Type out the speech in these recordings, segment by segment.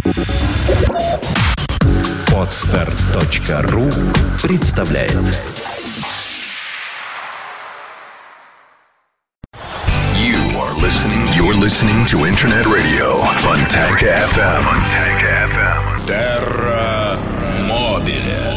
Podster.ru представляет. You're listening to Internet Radio Fontanka FM. Terra Mobile.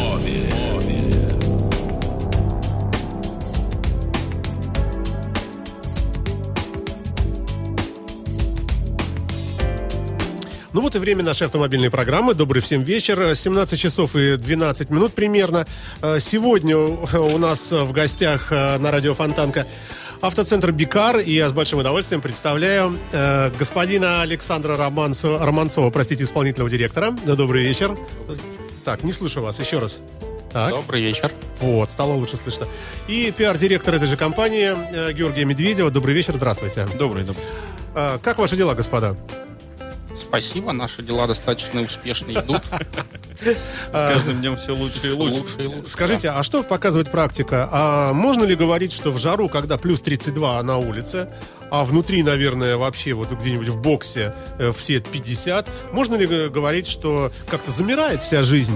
Ну вот и время нашей автомобильной программы. Добрый всем вечер. 17 часов и 12 минут примерно. Сегодня у нас в гостях на радио Фонтанка автоцентр Бикар. И я с большим удовольствием представляю господина Александра Романцова, исполнительного директора. Добрый вечер. Так, не слышу вас. Еще раз. Так. Добрый вечер. Вот, стало лучше слышно. И пиар-директор этой же компании Георгия Медведева. Добрый вечер. Здравствуйте. Добрый. Как ваши дела, господа? Спасибо, наши дела достаточно успешно идут. С каждым днем все лучше и лучше. Скажите, а что показывает практика? А можно ли говорить, что в жару, когда плюс 32 на улице, а внутри, наверное, вообще вот где-нибудь в боксе все 50, можно ли говорить, что как-то замирает вся жизнь?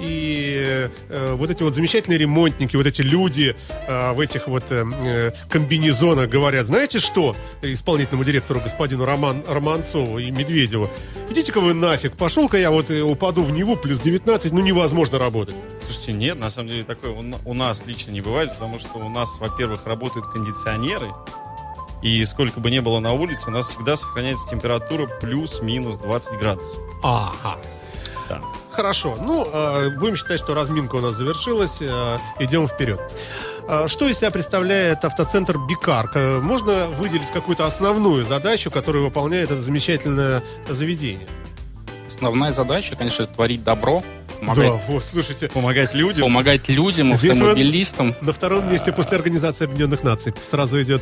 И вот эти вот замечательные ремонтники, вот эти люди в этих вот комбинезонах говорят: знаете что, исполнительному директору господину Романцову и Медведеву: идите-ка вы нафиг, пошел-ка я вот упаду в Неву, плюс 19, ну невозможно работать. Слушайте, нет, на самом деле такое у нас лично не бывает, потому что у нас, во-первых, работают кондиционеры, и сколько бы ни было на улице, у нас всегда сохраняется температура плюс-минус 20 градусов. Ага. Да. Хорошо, будем считать, что разминка у нас завершилась, идем вперед. Что из себя представляет автоцентр Бикар? Можно выделить какую-то основную задачу, которую выполняет это замечательное заведение? Основная задача, конечно, творить добро. Помогать людям, автомобилистам. На втором месте после Организации Объединенных Наций сразу идет.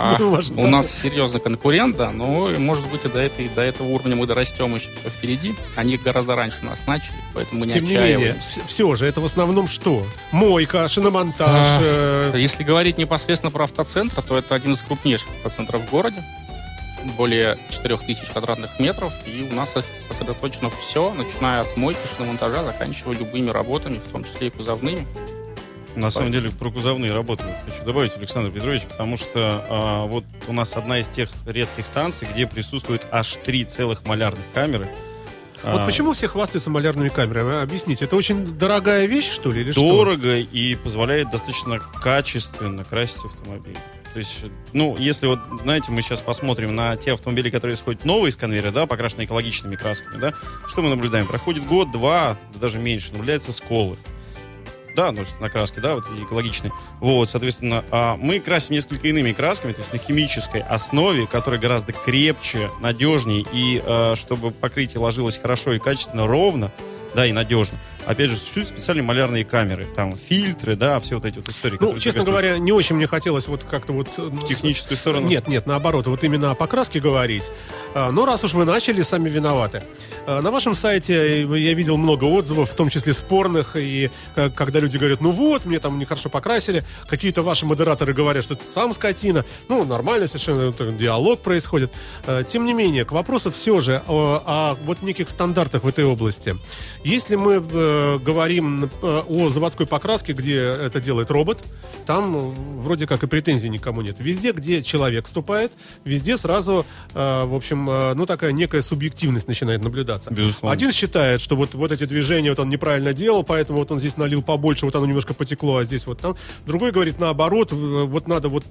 У нас серьезный конкурент, да, но, может быть, и до этого уровня мы дорастем еще впереди. Они гораздо раньше нас начали, поэтому мы не отчаиваемся. Тем не менее, все же, это в основном что? Мойка, шиномонтаж. Если говорить непосредственно про автоцентр, то это один из крупнейших автоцентров в городе. Более 4000 квадратных метров, и у нас сосредоточено все, начиная от мойки, шиномонтажа, заканчивая любыми работами, в том числе и кузовными. На самом деле, про кузовные работы хочу добавить, Александр Петрович, потому что вот у нас одна из тех редких станций, где присутствует аж 3 целых малярных камеры. Вот почему все хвастаются малярными камерами? Объясните, это очень дорогая вещь, что ли? Или дорого и позволяет достаточно качественно красить автомобиль. То есть, если вот, знаете, мы сейчас посмотрим на те автомобили, которые исходят новые из конвейера, да, покрашенные экологичными красками, да, что мы наблюдаем? Проходит год, два, даже меньше, наблюдаются сколы. Да, на краске, да, вот экологичные. Вот, соответственно, мы красим несколько иными красками, то есть на химической основе, которая гораздо крепче, надежнее, и чтобы покрытие ложилось хорошо и качественно, ровно, да, и надежно. Опять же, существуют специальные малярные камеры, там фильтры, да, все вот эти вот истории. Честно говоря, не очень мне хотелось вот как-то вот... В техническую сторону? Нет, наоборот, вот именно о покраске говорить. Но раз уж вы начали, сами виноваты. На вашем сайте я видел много отзывов, в том числе спорных, и когда люди говорят: мне там нехорошо покрасили, какие-то ваши модераторы говорят, что это сам скотина. Нормально совершенно, диалог происходит. Тем не менее, к вопросу все же о вот неких стандартах в этой области. Если мы говорим о заводской покраске, где это делает робот, там вроде как и претензий никому нет. Везде, где человек вступает, везде сразу, в общем, такая некая субъективность начинает наблюдаться. Безусловно. Один считает, что вот эти движения вот он неправильно делал, поэтому вот он здесь налил побольше, вот оно немножко потекло, а здесь вот там. Другой говорит наоборот, вот надо вот...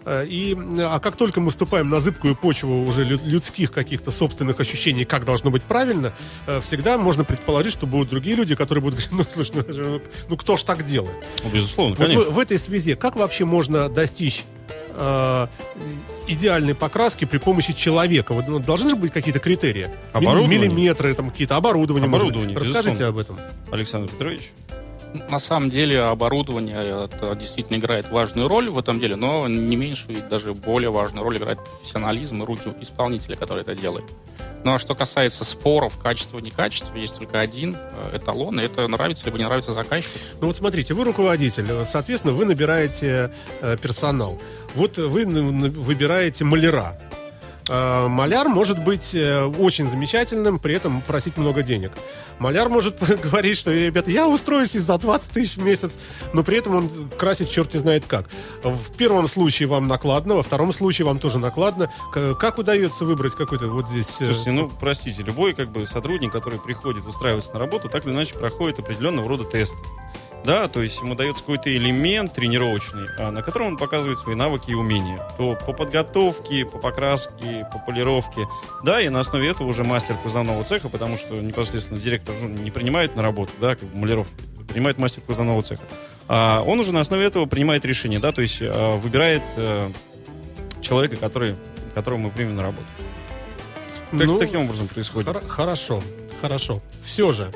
А как только мы вступаем на зыбкую почву уже людских каких-то собственных ощущений, как должно быть правильно, всегда можно предположить, что будут другие люди, которые будут говорить: слушай, кто ж так делает? Безусловно, конечно. В этой связи, как вообще можно достичь идеальной покраски при помощи человека? Вот, должны же быть какие-то критерии. Миллиметры, там какие-то оборудования. Расскажите об этом. Александр Петрович. На самом деле оборудование это действительно играет важную роль в этом деле, но не меньшую и даже более важную роль играет профессионализм и руки исполнителя, который это делает. Ну а что касается споров, качества, некачества, есть только один эталон, и это нравится либо не нравится заказчику. Вот смотрите, вы руководитель, соответственно, вы набираете персонал. Вот вы выбираете маляра. Маляр может быть очень замечательным, при этом просить много денег. Маляр может говорить, что, ребята, я устроюсь за 20 тысяч в месяц, но при этом он красит черт не знает как. В первом случае вам накладно, во втором случае вам тоже накладно. Как удается выбрать какой-то вот здесь... Слушайте, простите, любой сотрудник, который приходит устраиваться на работу, так или иначе проходит определенного рода тесты. Да, то есть ему дается какой-то элемент тренировочный, на котором он показывает свои навыки и умения. То по подготовке, по покраске, по полировке. Да, и на основе этого уже мастер кузовного цеха, потому что непосредственно директор не принимает на работу, да, как бы маляров, принимает мастер кузовного цеха. Он уже на основе этого принимает решение, да, то есть выбирает человека, которого мы примем на работу. Таким образом происходит. Хорошо. Все же.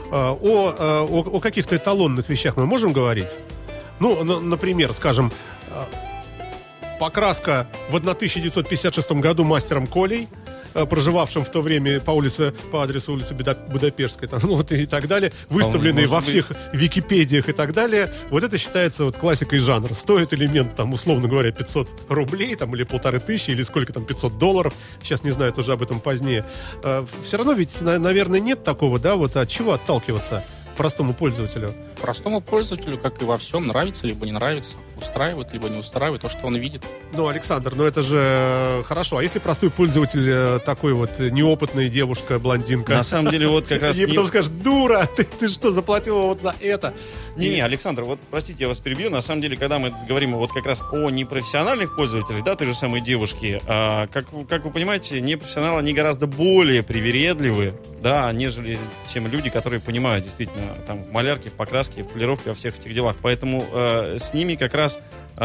О каких-то эталонных вещах мы можем говорить? Ну, например, скажем, покраска в 1956 году мастером Колей, проживавшим в то время по адресу улицы Будапештской, там, вот, и так далее, выставленные во всех Википедиях и так далее. Вот это считается вот классикой жанра. Стоит элемент, там, условно говоря, 500 рублей, там, или 1500, или сколько там, $500. Сейчас не знаю, тоже об этом позднее. Все равно ведь, наверное, нет такого, да, вот от чего отталкиваться простому пользователю? Простому пользователю, как и во всем, нравится либо не нравится, устраивает либо не устраивает то, что он видит. Ну, Александр, это же хорошо. А если простой пользователь такой вот неопытная девушка, блондинка? На самом деле, вот как раз... И потом скажешь, дура, ты что, заплатила вот за это? Не, Александр, вот простите, я вас перебью. На самом деле, когда мы говорим вот как раз о непрофессиональных пользователях, да, той же самой девушки, как вы понимаете, непрофессионалы, они гораздо более привередливы, да, нежели чем люди, которые понимают действительно там в малярке, в покраске, в полировке, во всех этих делах. Поэтому с ними как раз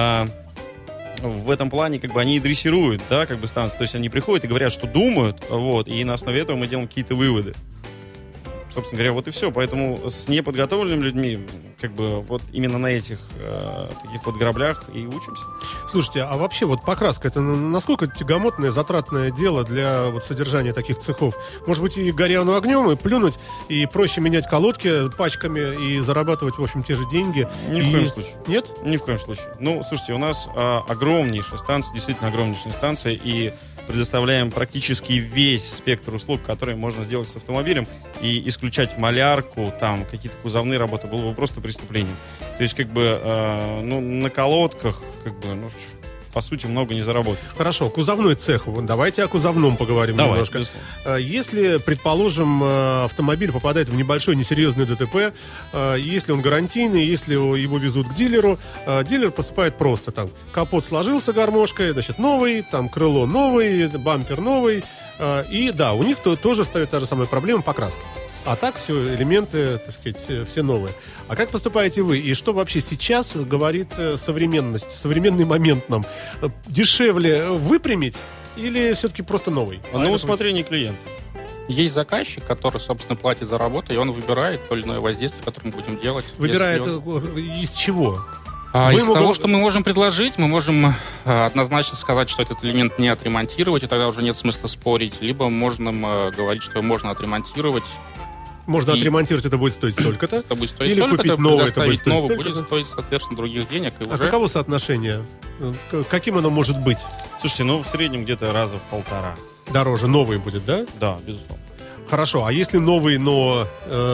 в этом плане как бы они и дрессируют, да, как бы станцию. То есть они приходят и говорят, что думают, вот, и на основе этого мы делаем какие-то выводы. Собственно говоря, вот и все. Поэтому с неподготовленными людьми, как бы, вот именно на этих таких вот граблях и учимся. Слушайте, а вообще вот покраска, это насколько тягомотное, затратное дело для вот содержания таких цехов? Может быть, и горяну огнем, и плюнуть, и проще менять колодки пачками и зарабатывать, в общем, те же деньги? Ни в коем случае. Нет? Ни в коем случае. Ну, слушайте, у нас огромнейшая станция, действительно огромнейшая станция, и предоставляем практически весь спектр услуг, которые можно сделать с автомобилем, и исключать малярку, там, какие-то кузовные работы было бы просто преступлением. То есть, как бы, на колодках, как бы, по сути, много не заработать. Хорошо, кузовной цех. Давайте о кузовном поговорим немножко. Безусловно. Если, предположим, автомобиль попадает в небольшой несерьезный ДТП, если он гарантийный, если его везут к дилеру, дилер поступает просто. Там капот сложился гармошкой, значит, новый, там крыло новый, бампер новый. И да, у них тоже встает та же самая проблема покраски. А так все элементы, так сказать, все новые. А как поступаете вы? И что вообще сейчас говорит современность, современный момент нам? Дешевле выпрямить или все-таки просто новый? На усмотрение клиента. Есть заказчик, который, собственно, платит за работу, и он выбирает то или иное воздействие, которое мы будем делать. Выбирает из чего? Из того, что мы можем предложить, мы можем однозначно сказать, что этот элемент не отремонтировать, и тогда уже нет смысла спорить. Либо можно говорить, что его можно отремонтировать. Можно отремонтировать, это будет стоить столько-то. Это будет стоить или столько, купить новый, это будет стоить новый, будет стоить, соответственно, других денег. И уже... каково соотношение? Каким оно может быть? Слушайте, в среднем где-то раза в 1,5. Дороже новый будет, да? Да, безусловно. Хорошо, а если новый, но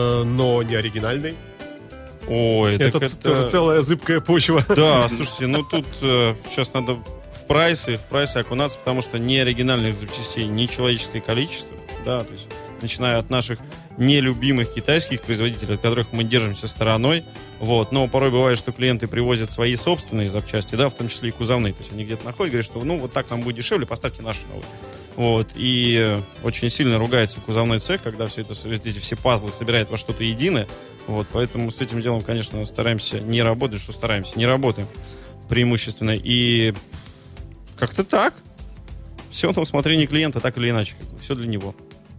не оригинальный? Ой, это тоже целая зыбкая почва. Да, слушайте, тут сейчас надо в прайсы окунаться, потому что ни оригинальных запчастей, ни человеческое количество, да, то есть начиная от наших нелюбимых китайских производителей, от которых мы держимся стороной, вот, но порой бывает, что клиенты привозят свои собственные запчасти, да, в том числе и кузовные, то есть они где-то находят, говорят, что, вот так нам будет дешевле, поставьте наши новые. Вот, и очень сильно ругается кузовной цех, когда эти все пазлы собирает во что-то единое, вот, поэтому с этим делом, конечно, стараемся не работать, не работаем преимущественно, и как-то так, все на усмотрение клиента, так или иначе, все для него.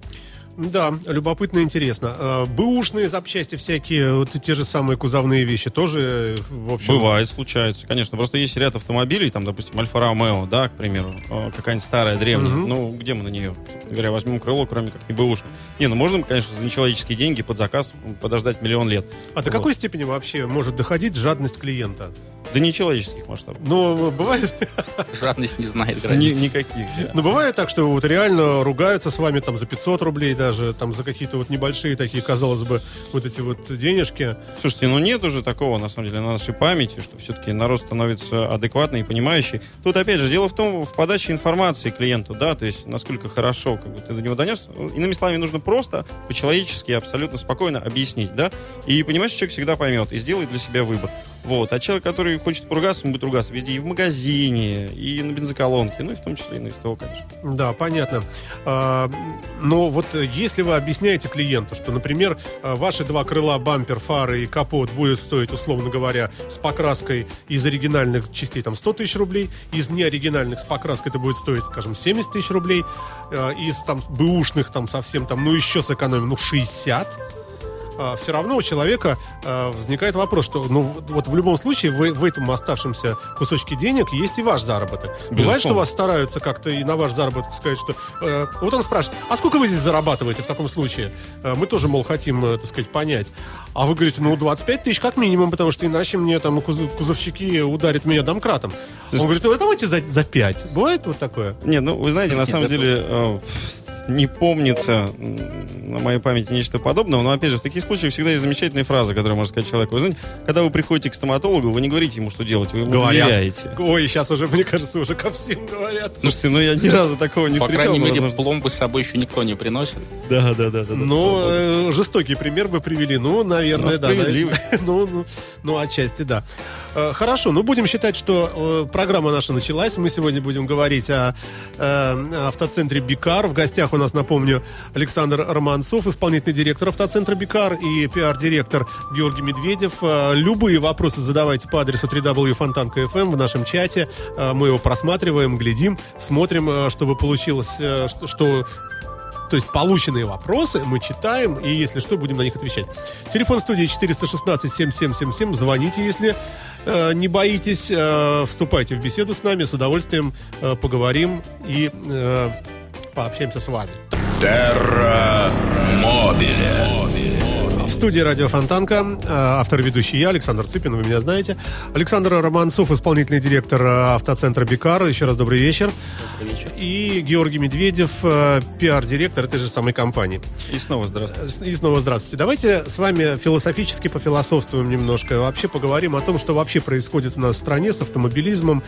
Да, любопытно и интересно. Бэушные запчасти всякие, вот те же самые кузовные вещи тоже, в общем... Бывает, случается, конечно. Просто есть ряд автомобилей, там, допустим, Альфа Ромео, да, к примеру, какая-нибудь старая, древняя. Где мы на нее, собственно говоря, возьмем крыло, кроме как не бэушное? Можно, конечно, за нечеловеческие деньги под заказ подождать 1 000 000 лет. А до какой степени вообще может доходить жадность клиента? До нечеловеческих масштабов. Ну, бывает... Жадность не знает границ. Никаких. Да. Ну, бывает так, что вот реально ругаются с вами там за 500 рублей даже, там за какие-то вот небольшие такие, казалось бы, вот эти вот денежки. Слушайте, ну нет уже такого, на самом деле, на нашей памяти, что все-таки народ становится адекватный и понимающий. Тут, опять же, дело в том, в подаче информации клиенту, да, то есть насколько хорошо как бы, ты до него донес. Иными словами, нужно просто по-человечески, абсолютно спокойно объяснить, да, и понимаешь, что человек всегда поймет и сделает для себя выбор. Вот. А человек, который хочет поругаться, он будет ругаться везде, и в магазине, и на бензоколонке, ну и в том числе и на СТО, конечно. Да, понятно. Но вот если вы объясняете клиенту, что, например, ваши два крыла, бампер, фары и капот будет стоить, условно говоря, с покраской из оригинальных частей там 100 тысяч рублей, из неоригинальных с покраской это будет стоить, скажем, 70 тысяч рублей, из там бэушных там совсем там, ну еще сэкономим, ну 60, все равно у человека возникает вопрос, что ну, вот в любом случае в этом оставшемся кусочке денег есть и ваш заработок. Безусловно. Бывает, что вас стараются как-то и на ваш заработок сказать, что... вот он спрашивает, а сколько вы здесь зарабатываете в таком случае? Мы тоже, мол, хотим, так сказать, понять. А вы говорите, ну, 25 тысяч как минимум, потому что иначе мне там кузовщики ударят меня домкратом. Он говорит, ну, давайте за 5. Бывает вот такое? Не, ну, вы знаете, на самом деле... не помнится на моей памяти нечто подобного, но, опять же, в таких случаях всегда есть замечательные фразы, которые можно сказать человеку. Вы знаете, когда вы приходите к стоматологу, вы не говорите ему, что делать, вы ему доверяете. Ой, сейчас уже, мне кажется, уже ко всем говорят. Слушайте, ну я ни разу такого не встречал. По крайней мере, пломбы с собой еще никто не приносит. Да. Ну, жестокий пример вы привели. Ну, наверное, да. Ну, отчасти, да. Хорошо, ну, будем считать, что программа наша началась. Мы сегодня будем говорить о автоцентре «Бикар». В гостях у нас, напомню, Александр Романцов, исполнительный директор автоцентра «Бикар», и пиар-директор Георгий Медведев. Любые вопросы задавайте по адресу www.fontanka.fm в нашем чате. Мы его просматриваем, глядим, смотрим, чтобы получилось, что... То есть полученные вопросы мы читаем, и если что, будем на них отвечать. Телефон студии 416-7777. Звоните, если не боитесь. Вступайте в беседу с нами. С удовольствием поговорим и пообщаемся с вами. Терра Мобиле. В студии радио Фонтанка, автор и ведущий я, Александр Цыпин, вы меня знаете. Александр Романцов, исполнительный директор автоцентра «Бикар». Еще раз добрый вечер. Добрый вечер. И Георгий Медведев, пиар-директор этой же самой компании. И снова здравствуйте. И снова здравствуйте. Давайте с вами философически пофилософствуем немножко. Вообще поговорим о том, что вообще происходит у нас в стране с автомобилизмом,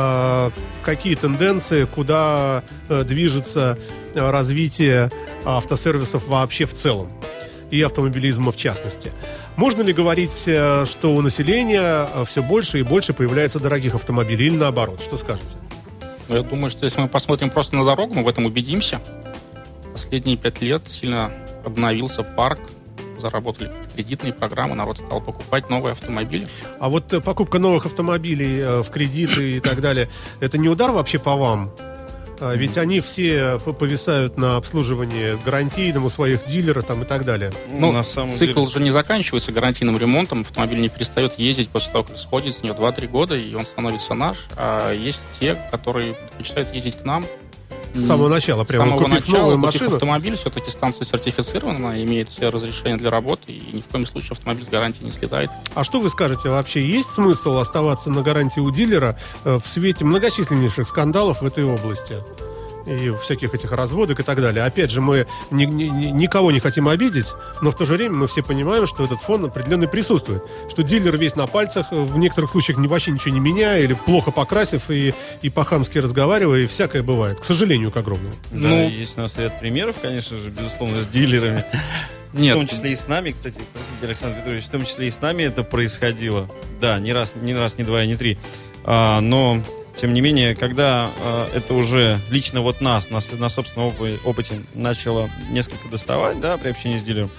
какие тенденции, куда движется развитие автосервисов вообще в целом. И автомобилизма в частности. Можно ли говорить, что у населения все больше и больше появляется дорогих автомобилей, или наоборот? Что скажете? Я думаю, что если мы посмотрим просто на дорогу, мы в этом убедимся. Последние 5 лет сильно обновился парк, заработали кредитные программы, народ стал покупать новые автомобили. А вот покупка новых автомобилей в кредиты и так далее, это не удар вообще по вам? Ведь они все повисают на обслуживании гарантийном у своих дилеров там, и так далее. Ну, на самом цикл деле... же не заканчивается гарантийным ремонтом. Автомобиль не перестает ездить после того, как сходит с нее 2-3 года, и он становится наш. А есть те, которые предпочитают ездить к нам. С самого начала, прямо купив новую машину. Автомобиль, все-таки станция сертифицирована, она имеет все разрешения для работы, и ни в коем случае автомобиль с гарантией не слетает. А что вы скажете вообще? Есть смысл оставаться на гарантии у дилера в свете многочисленнейших скандалов в этой области? И всяких этих разводок и так далее. Опять же, мы никого не хотим обидеть, но в то же время мы все понимаем, что этот фон определенный присутствует. Что дилер весь на пальцах, в некоторых случаях вообще ничего не меняя, или плохо покрасив, и по-хамски разговаривая, и всякое бывает. К сожалению, к огромному. Да, есть у нас ряд примеров, конечно же, безусловно, с дилерами. Нет. В том числе и с нами, кстати, простите, Александр Петрович, в том числе и с нами это происходило. Да, не раз, не два, не три. Но... Тем не менее, когда это уже лично вот нас на собственном опыте начало несколько доставать, да, при общении с дилером,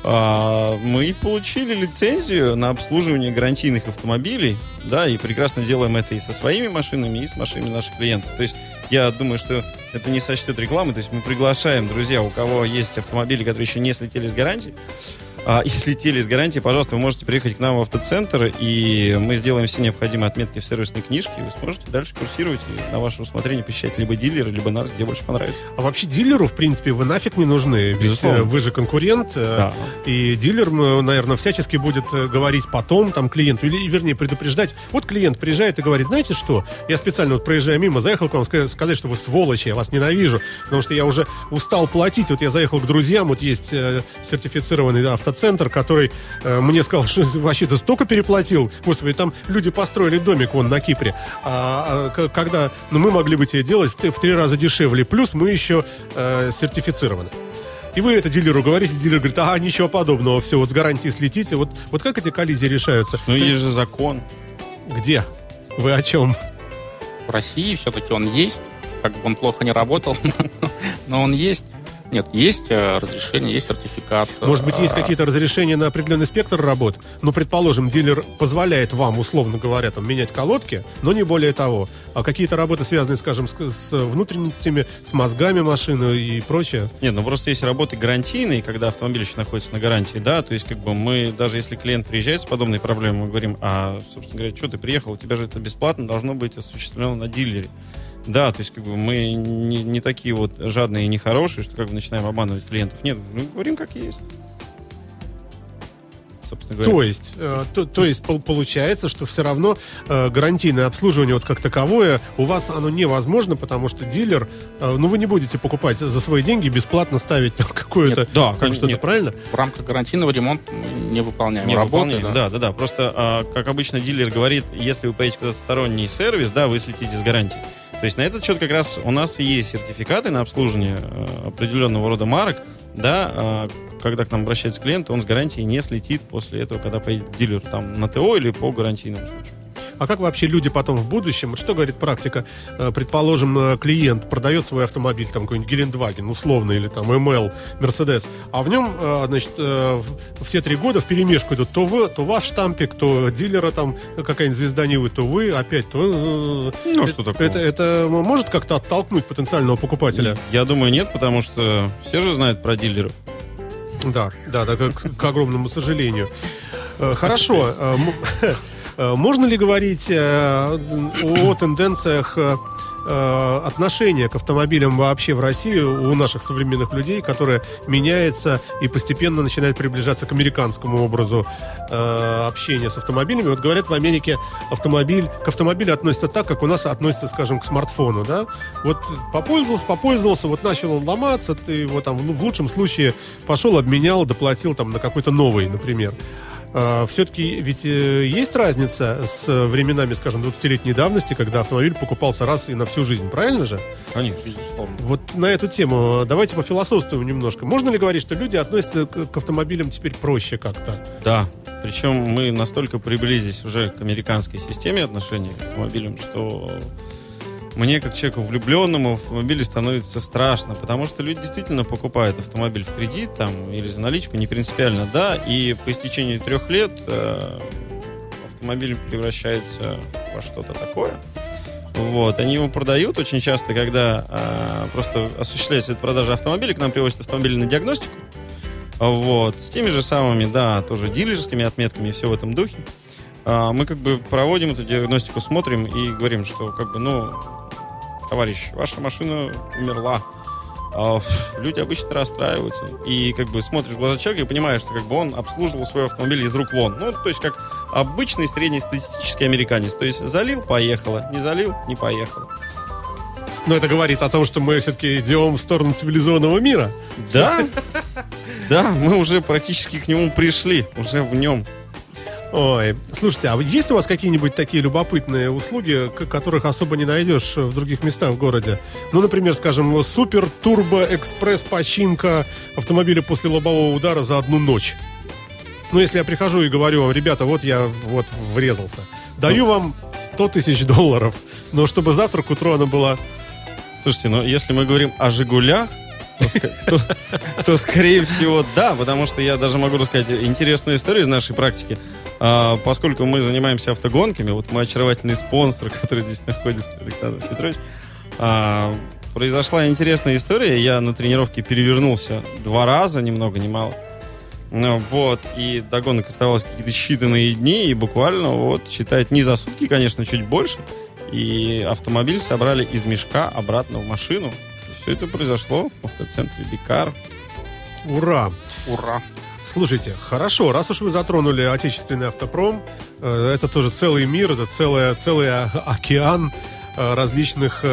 мы получили лицензию на обслуживание гарантийных автомобилей, да, и прекрасно делаем это и со своими машинами, и с машинами наших клиентов. То есть я думаю, что это не сочтет рекламы. То есть мы приглашаем, друзья, у кого есть автомобили, которые еще не слетели с гарантии, и слетели с гарантии, пожалуйста, вы можете приехать к нам в автоцентр, и мы сделаем все необходимые отметки в сервисной книжке, и вы сможете дальше курсировать и на ваше усмотрение посещать либо дилера, либо нас, где больше понравится. А вообще дилеру, в принципе, вы нафиг не нужны, ведь Безусловно. вы же конкурент, Да. и дилер, наверное, всячески будет говорить потом там клиенту, или, вернее, предупреждать. Вот клиент приезжает и говорит, знаете что, я специально вот проезжая мимо, заехал к вам сказать, что вы сволочи, я вас ненавижу, потому что я уже устал платить, вот я заехал к друзьям, вот есть сертифицированный автоцентр, который мне сказал, что вообще-то столько переплатил. Господи, там люди построили домик вон на Кипре. Когда мы могли бы тебе делать в 3 раза дешевле. Плюс мы еще сертифицированы. И вы это дилеру говорите, дилер говорит, ничего подобного, все, вот с гарантией слетите. Вот как эти коллизии решаются? Ну, есть же закон. Где? Вы о чем? В России все-таки он есть, как бы он плохо не работал, но он есть. Нет, есть разрешение, есть сертификат. Может быть, есть какие-то разрешения на определенный спектр работ? Ну, предположим, дилер позволяет вам, условно говоря, там, менять колодки, но не более того. А какие-то работы, связанные, скажем, с внутренностями, с мозгами машины и прочее? Нет, ну просто есть работы гарантийные, когда автомобиль еще находится на гарантии, да, то есть как бы мы, даже если клиент приезжает с подобной проблемой, мы говорим, собственно говоря, что ты приехал, у тебя же это бесплатно должно быть осуществлено на дилере. Да, то есть как бы мы не такие вот жадные и нехорошие, что как бы начинаем обманывать клиентов. Нет, мы говорим как есть. Собственно говоря. То есть получается, что все равно гарантийное обслуживание вот как таковое у вас оно невозможно, потому что дилер, вы не будете покупать за свои деньги бесплатно ставить там какое-то что-то, правильно? В рамках гарантийного ремонта не выполняем Не работы. выполняем, да. Просто, как обычно дилер говорит, если вы поедете куда-то в сторонний сервис, да, вы слетите с гарантии. То есть на этот счет как раз у нас и есть сертификаты на обслуживание определенного рода марок, да, когда к нам обращается клиент, он с гарантией не слетит после этого, когда поедет к дилеру там на ТО или по гарантийному случаю. А как вообще люди потом в будущем, что говорит практика? Предположим, клиент продает свой автомобиль, там какой-нибудь Гелендваген, условно, или там МЛ, Мерседес, а в нем, значит, все 3 года вперемешку идут то ваш штампик, то дилера там какая-нибудь звезда Нивы, то вы, опять то... Что такое? Это может как-то оттолкнуть потенциального покупателя? Я думаю, нет, потому что все же знают про дилеров. Да, к огромному сожалению. Хорошо. Можно ли говорить о тенденциях отношения к автомобилям вообще в России у наших современных людей, которое меняется и постепенно начинает приближаться к американскому образу общения с автомобилями? Вот говорят, в Америке к автомобилю относятся так, как у нас относятся, скажем, к смартфону, да? Вот попользовался, вот начал он ломаться, ты его там в лучшем случае пошел, обменял, доплатил там на какой-то новый, например. Все-таки ведь есть разница с временами, скажем, 20-летней давности, когда автомобиль покупался раз и на всю жизнь, правильно же? Конечно, безусловно. Вот на эту тему давайте пофилософствуем немножко. Можно ли говорить, что люди относятся к автомобилям теперь проще как-то? Да, причем мы настолько приблизились уже к американской системе отношений к автомобилям, что мне, как человеку влюбленному, в автомобиле становится страшно, потому что люди действительно покупают автомобиль в кредит там, или за наличку, не принципиально, да, и по истечении 3 лет автомобиль превращается во что-то такое. Вот, они его продают очень часто, когда просто осуществляется продажа автомобиля, к нам привозят автомобили на диагностику, вот, с теми же самыми, да, тоже дилерскими отметками и все в этом духе. Мы как бы проводим эту диагностику, смотрим и говорим, что как бы, товарищ, ваша машина умерла. Люди обычно расстраиваются. И как бы смотришь в глаза человека и понимаешь, что как бы он обслуживал свой автомобиль из рук вон. То есть как обычный среднестатистический американец. То есть залил — поехало, не залил — не поехало. Но это говорит о том, что мы все-таки идем в сторону цивилизованного мира. Да, да, мы уже практически к нему пришли, уже в нем. Ой, слушайте, а есть у вас какие-нибудь такие любопытные услуги, которых особо не найдешь в других местах в городе? Например, скажем, супер-турбо-экспресс-починка автомобиля после лобового удара за 1 ночь. Если я прихожу и говорю вам, ребята, вот я врезался, даю вам $100 000, но чтобы завтра к утру она была... Слушайте, если мы говорим о «Жигулях», то, скорее всего, да, потому что я даже могу рассказать интересную историю из нашей практики. Поскольку мы занимаемся автогонками, вот мой очаровательный спонсор, который здесь находится, Александр Петрович, Произошла интересная история. Я на тренировке перевернулся 2 раза, ни много ни мало. Вот, и до гонок оставалось какие-то считанные дни, и буквально, вот, считает, не за сутки, конечно, чуть больше, и автомобиль собрали из мешка обратно в машину. Все это произошло в автоцентре Бикар. Ура! Ура! Слушайте, хорошо, раз уж вы затронули отечественный автопром, это тоже целый мир, это целый океан различных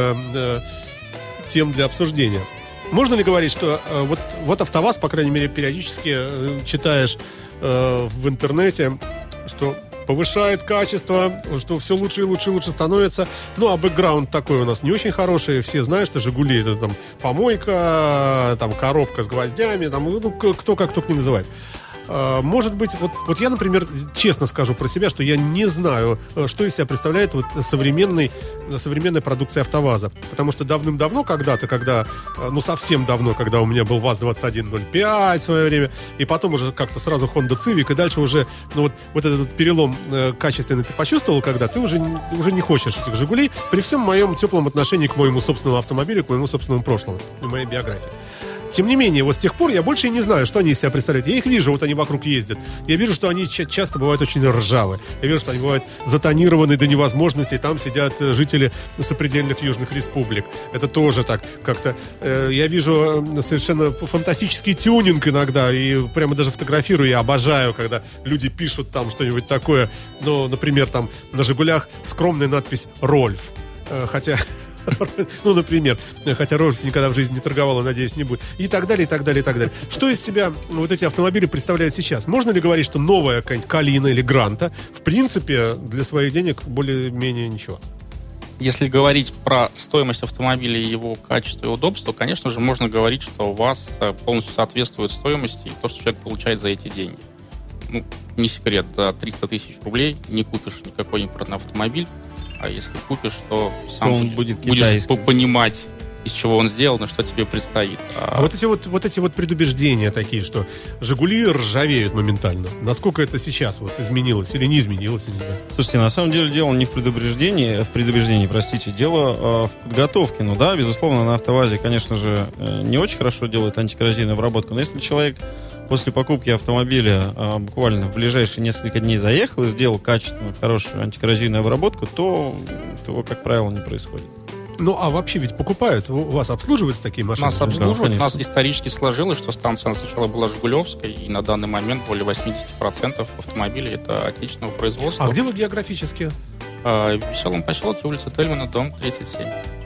тем для обсуждения. Можно ли говорить, что вот АвтоВАЗ, по крайней мере, периодически читаешь в интернете, что повышает качество, что все лучше и лучше и лучше становится. Ну, а бэкграунд такой у нас не очень хороший. Все знают, что «Жигули» — это там помойка, там коробка с гвоздями, там, ну, кто как только не называет. Может быть, вот я, например, честно скажу про себя, что я не знаю, что из себя представляет вот современная продукция АвтоВАЗа. Потому что давным-давно, когда, ну совсем давно, когда у меня был ВАЗ-2105 в свое время, и потом уже как-то сразу Honda Civic, и дальше уже, ну вот этот перелом качественный ты почувствовал, когда ты уже не хочешь этих «Жигулей», при всем моем теплом отношении к моему собственному автомобилю, к моему собственному прошлому и моей биографии. Тем не менее, вот с тех пор я больше и не знаю, что они из себя представляют. Я их вижу, вот они вокруг ездят. Я вижу, что они часто бывают очень ржавы. Я вижу, что они бывают затонированы до невозможности, и там сидят жители сопредельных южных республик. Это тоже так как-то... Я вижу совершенно фантастический тюнинг иногда, и прямо даже фотографирую, я обожаю, когда люди пишут там что-нибудь такое. Ну, например, там на «Жигулях» скромная надпись «Рольф». Хотя... Ну, например, хотя Рольф никогда в жизни не торговал, и, надеюсь, не будет. И так далее, и так далее, и так далее. Что из себя вот эти автомобили представляют сейчас? Можно ли говорить, что новая какая-нибудь Калина или Гранта, в принципе, для своих денег более-менее ничего? Если говорить про стоимость автомобиля, его качество и удобство, конечно же, можно говорить, что у вас полностью соответствует стоимости и то, что человек получает за эти деньги. Ну, не секрет, за 300 тысяч рублей не купишь никакой импортный автомобиль. А если купишь, то сам будешь понимать, из чего он сделан и что тебе предстоит. А вот эти предубеждения такие, что «Жигули» ржавеют моментально. Насколько это сейчас вот изменилось или не изменилось? Не знаю. Слушайте, на самом деле дело не в предубеждении, дело в подготовке. Ну да, безусловно, на АвтоВАЗе, конечно же, не очень хорошо делает антикоррозийную обработку, но если человек после покупки автомобиля буквально в ближайшие несколько дней заехал и сделал качественную, хорошую антикоррозийную обработку, то этого, как правило, не происходит. Ну, а вообще ведь покупают? У вас обслуживаются такие машины? Нас обслуживают. У нас исторически сложилось, что станция сначала была «Жигулевской», и на данный момент более 80% автомобилей это отечественного производства. А где вы географически? В Веселом поселке, улица Тельмана, дом 37.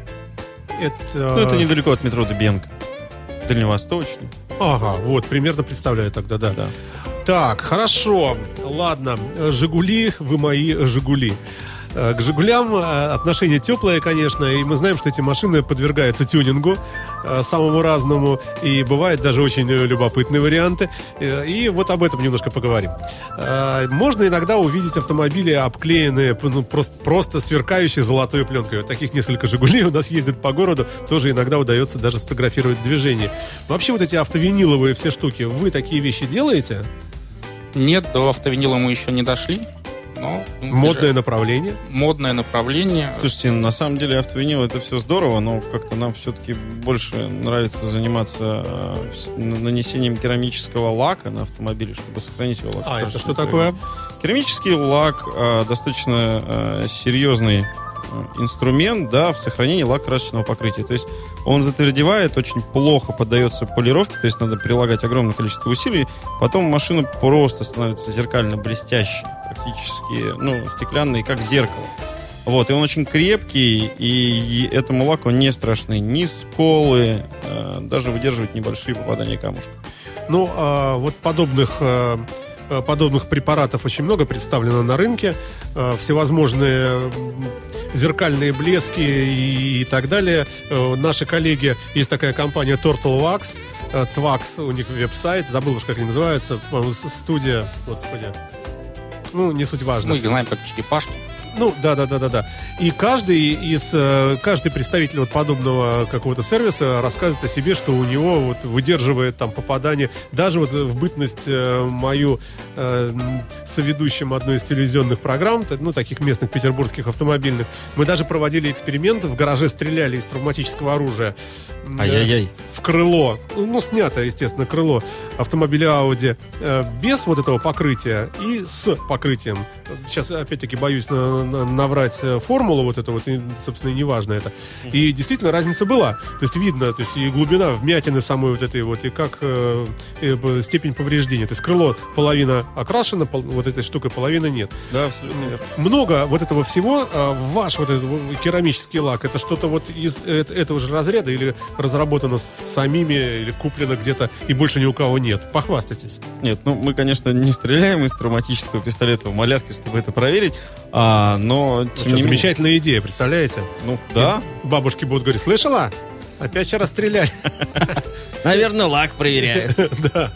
Это недалеко от метро Дыбенко. Дальневосточный. Ага, вот, примерно представляю тогда, да. Так, хорошо, ладно, «Жигули», вы мои «Жигули». К «Жигулям» отношение теплое, конечно, и мы знаем, что эти машины подвергаются тюнингу самому разному, и бывают даже очень любопытные варианты, и вот об этом немножко поговорим. Можно иногда увидеть автомобили, обклеенные просто сверкающей золотой пленкой. Вот таких несколько «Жигулей» у нас ездят по городу, тоже иногда удается даже сфотографировать движение. Вообще вот эти автовиниловые все штуки, вы такие вещи делаете? Нет, до автовинила мы еще не дошли. Но модное направление? Модное направление. Слушайте, на самом деле автовинил это все здорово, но как-то нам все-таки больше нравится заниматься нанесением керамического лака на автомобиле, чтобы сохранить его лак. Это что такое? Керамический лак достаточно серьезный инструмент, да, в сохранении лакокрасочного покрытия. То есть он затвердевает, очень плохо поддается полировке, то есть надо прилагать огромное количество усилий. Потом машина просто становится зеркально блестящей, практически, стеклянной, как зеркало. Вот, и он очень крепкий, и этому лаку не страшны ни сколы, даже выдерживает небольшие попадания камушек. Ну, вот подобных препаратов очень много представлено на рынке. Всевозможные зеркальные блески и так далее. Наши коллеги, есть такая компания Turtle Wax, Twax, у них веб-сайт, забыл уж, как они называются, по-моему, студия, господи. Ну, не суть важно. Мы их знаем как черепашки. Ну, да. И каждый представитель вот подобного какого-то сервиса рассказывает о себе, что у него вот выдерживает там попадание. Даже вот в бытность мою соведущим одной из телевизионных программ, ну, таких местных петербургских автомобильных, мы даже проводили эксперименты, в гараже стреляли из травматического оружия. Ай-яй-яй. В крыло. Ну, снято, естественно, крыло автомобиля Audi без вот этого покрытия и с покрытием. Сейчас, опять-таки, боюсь наврать формулу вот эту вот, и, собственно, и неважно это. И действительно разница была. То есть видно, то есть и глубина вмятины самой вот этой вот, и как степень повреждения. То есть крыло половина окрашена, вот этой штукой половина нет. Да, абсолютно. Много вот этого всего. Ваш вот этот керамический лак, это что-то вот из этого же разряда или разработано самими, или куплено где-то и больше ни у кого нет? Похвастайтесь. Нет, ну мы, конечно, не стреляем из травматического пистолета в малярке, чтобы это проверить, но тем не менее... Замечательная идея, представляете? Ну, да. И бабушки будут говорить: слышала? Опять вчера стреляли. Наверное, лак проверяет. Да.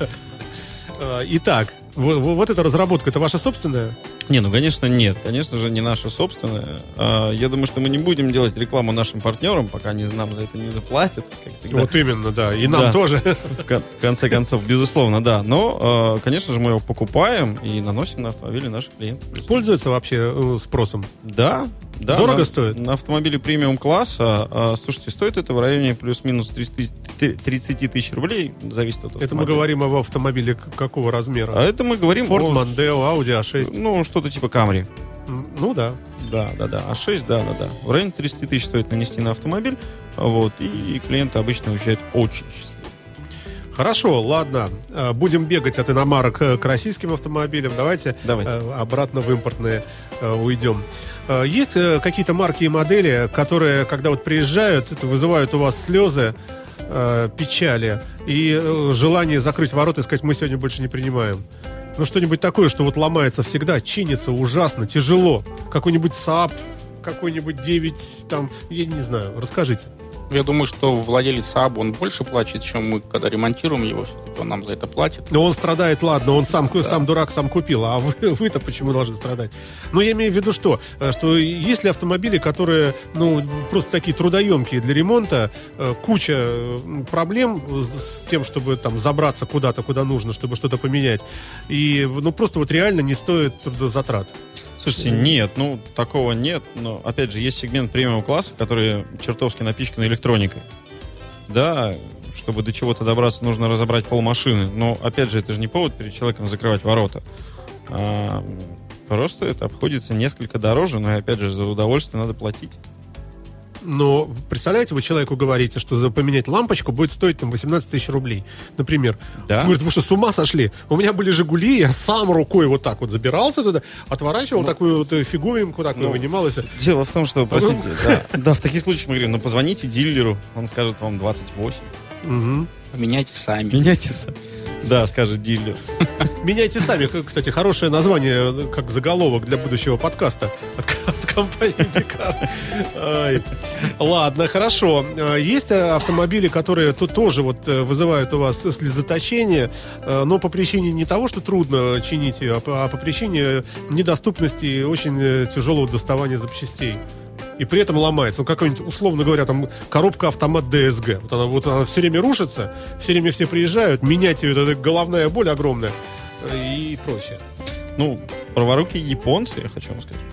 Итак, вот эта разработка, это ваша собственная? Не, ну, конечно, нет. Конечно же, не наша собственная. Я думаю, что мы не будем делать рекламу нашим партнерам, пока они нам за это не заплатят, как всегда. Вот именно, да. И нам тоже. В конце концов, безусловно, да. Но, конечно же, мы его покупаем и наносим на автомобили наших клиентов. Пользуются вообще спросом? Да. Дорого стоит? На автомобиле премиум-класса, слушайте, стоит это в районе плюс-минус 30 тысяч рублей, зависит от автомобиля. Это мы говорим об автомобиле какого размера? А это мы говорим Ford Mondeo, Audi A6. Ну, что-то типа Camry. Ну, да. Да. А6, да. В районе 30 тысяч стоит нанести на автомобиль, вот, и клиенты обычно уезжают очень счастливы. Хорошо, ладно. Будем бегать от иномарок к российским автомобилям. Давайте. Обратно в импортные уйдем. Есть какие-то марки и модели, которые, когда вот приезжают, вызывают у вас слезы, печали и желание закрыть ворота и сказать: мы сегодня больше не принимаем? Ну, что-нибудь такое, что вот ломается всегда, чинится ужасно, тяжело. Какой-нибудь Saab, какой-нибудь 9, там, я не знаю, расскажите. Я думаю, что владелец Saab, он больше платит, чем мы, когда ремонтируем его, все-таки он нам за это платит. Но он страдает, ладно, он сам дурак, сам купил, а вы-то почему должны страдать? Ну, я имею в виду что есть ли автомобили, которые, ну, просто такие трудоемкие для ремонта, куча проблем с тем, чтобы там забраться куда-то, куда нужно, чтобы что-то поменять, и, ну, просто вот реально не стоит трудозатрат. Слушайте, нет, ну, такого нет. Но, опять же, есть сегмент премиум-класса, который чертовски напичкан электроникой. Да, чтобы до чего-то добраться, нужно разобрать полмашины. Но, опять же, это же не повод перед человеком закрывать ворота. Просто это обходится несколько дороже, но, опять же, за удовольствие надо платить. Но, представляете, вы человеку говорите, что за поменять лампочку будет стоить там 18 тысяч рублей, например. Да? Он говорит: вы что, с ума сошли? У меня были «Жигули», я сам рукой вот так вот забирался туда, отворачивал такую вот фиговинку, такую вынимал. Дело в том, что, простите, да, в таких случаях мы говорим: ну, позвоните дилеру, он скажет вам 28. Угу. Меняйте сами. Да, скажет дилер. Меняйте сами. Кстати, хорошее название, как заголовок для будущего подкаста от компании Бикар. Ладно, хорошо. Есть автомобили, которые тоже вот вызывают у вас слезоточение, но по причине не того, что трудно чинить ее, а по причине недоступности и очень тяжелого доставания запчастей. И при этом ломается. Ну, какой-нибудь, условно говоря, там коробка-автомат DSG. Вот она все время рушится, все время все приезжают, менять ее, это головная боль огромная и прочее. Ну, праворукие японцы, я хочу вам сказать.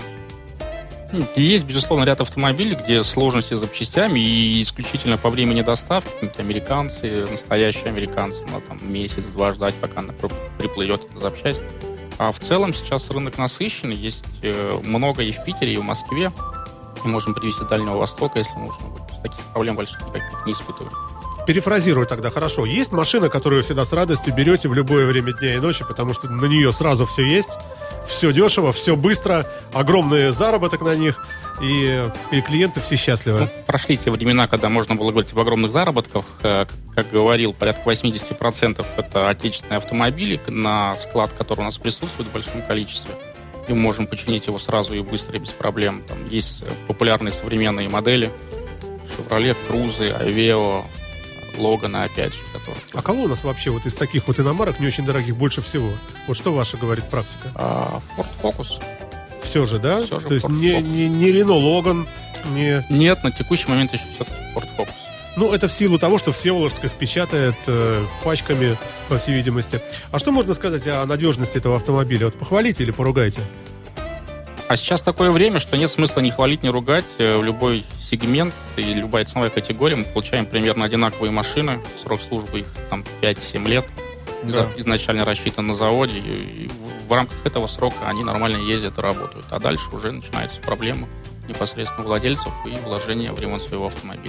И есть, безусловно, ряд автомобилей, где сложности с запчастями и исключительно по времени доставки. Какие-то американцы, настоящие американцы, на там месяц-два ждать, пока она приплывет эта запчасть. А в целом сейчас рынок насыщенный, есть много и в Питере, и в Москве. И можем привезти с Дальнего Востока, если нужно будет. Таких проблем больших никаких не испытываю. Перефразирую тогда, хорошо. Есть машина, которую всегда с радостью берете в любое время дня и ночи, потому что на нее сразу все есть, все дешево, все быстро, огромный заработок на них, и клиенты все счастливы. Ну, прошли те времена, когда можно было говорить об огромных заработках. Как говорил, порядка 80% это отечественные автомобили, на склад, который у нас присутствует в большом количестве. И мы можем починить его сразу и быстро, и без проблем. Там есть популярные современные модели. Chevrolet, Cruze, Aveo, Logan, опять же. Которые... А кого у нас вообще вот из таких вот иномарок не очень дорогих больше всего? Вот что ваша говорит практика? Ford Focus. все же, да? Все же То есть Ford не Renault Logan, не... Нет, на текущий момент еще все-таки Ford Focus. Ну, это в силу того, что Всеволожских печатает пачками, по всей видимости. А что можно сказать о надежности этого автомобиля? Вот похвалите или поругайте? А сейчас такое время, что нет смысла ни хвалить, ни ругать. В любой сегмент и любая ценовая категория мы получаем примерно одинаковые машины. Срок службы их там 5-7 лет. Да. Изначально рассчитан на заводе. И в рамках этого срока они нормально ездят и работают. А дальше уже начинаются проблемы непосредственно владельцев и вложения в ремонт своего автомобиля.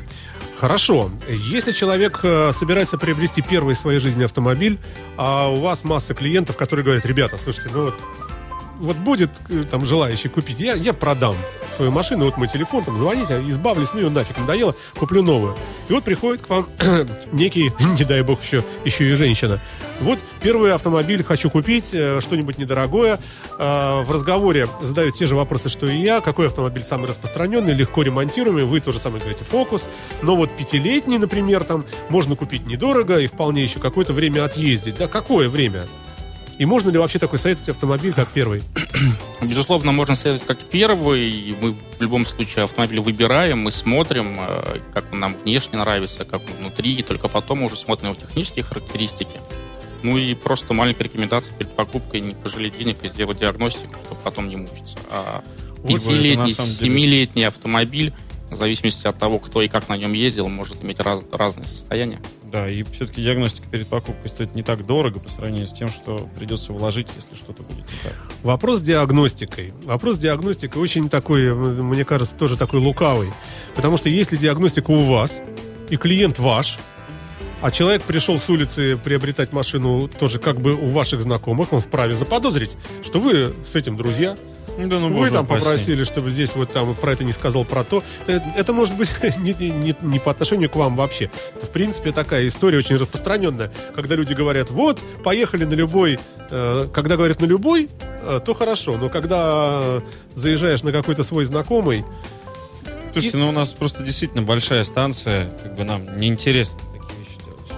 Хорошо. Если человек собирается приобрести первый в своей жизни автомобиль, а у вас масса клиентов, которые говорят: ребята, слушайте, ну вот будет там желающий купить, я продам свою машину, вот мой телефон, там звоните, избавлюсь, ну ее нафиг надоело, куплю новую. И вот приходит к вам некий, не дай бог, еще и женщина. Вот первый автомобиль хочу купить, что-нибудь недорогое. В разговоре задают те же вопросы, что и я. Какой автомобиль самый распространенный, легко ремонтируемый? Вы тоже самое говорите, Focus. Но вот 5-летний, например, там можно купить недорого и вполне еще какое-то время отъездить. Да, какое время? И можно ли вообще такой советовать автомобиль, как первый? Безусловно, можно советовать как первый. Мы в любом случае автомобиль выбираем, мы смотрим, как он нам внешне нравится, как он внутри, и только потом мы уже смотрим его технические характеристики. Ну и просто маленькая рекомендация перед покупкой: не пожалеть денег и сделать диагностику, чтобы потом не мучиться. А 5-летний, 7-летний автомобиль, в зависимости от того, кто и как на нем ездил, может иметь разные состояния. Да, и все-таки диагностика перед покупкой стоит не так дорого по сравнению с тем, что придется вложить, если что-то будет не так. Вопрос с диагностикой. Вопрос с диагностикой очень такой, мне кажется, тоже такой лукавый. Потому что если диагностика у вас, и клиент ваш, а человек пришел с улицы приобретать машину тоже как бы у ваших знакомых, он вправе заподозрить, что вы с этим друзья. Да, ну, вы там попросили, чтобы здесь вот там про это не сказал, про то. Это может быть не по отношению к вам вообще. Это, в принципе, такая история очень распространенная. Когда люди говорят: вот, поехали на любой. Когда говорят на любой, то хорошо. Но когда заезжаешь на какой-то свой знакомый... Слушайте, ну у нас просто действительно большая станция. Как бы нам неинтересно такие вещи делать.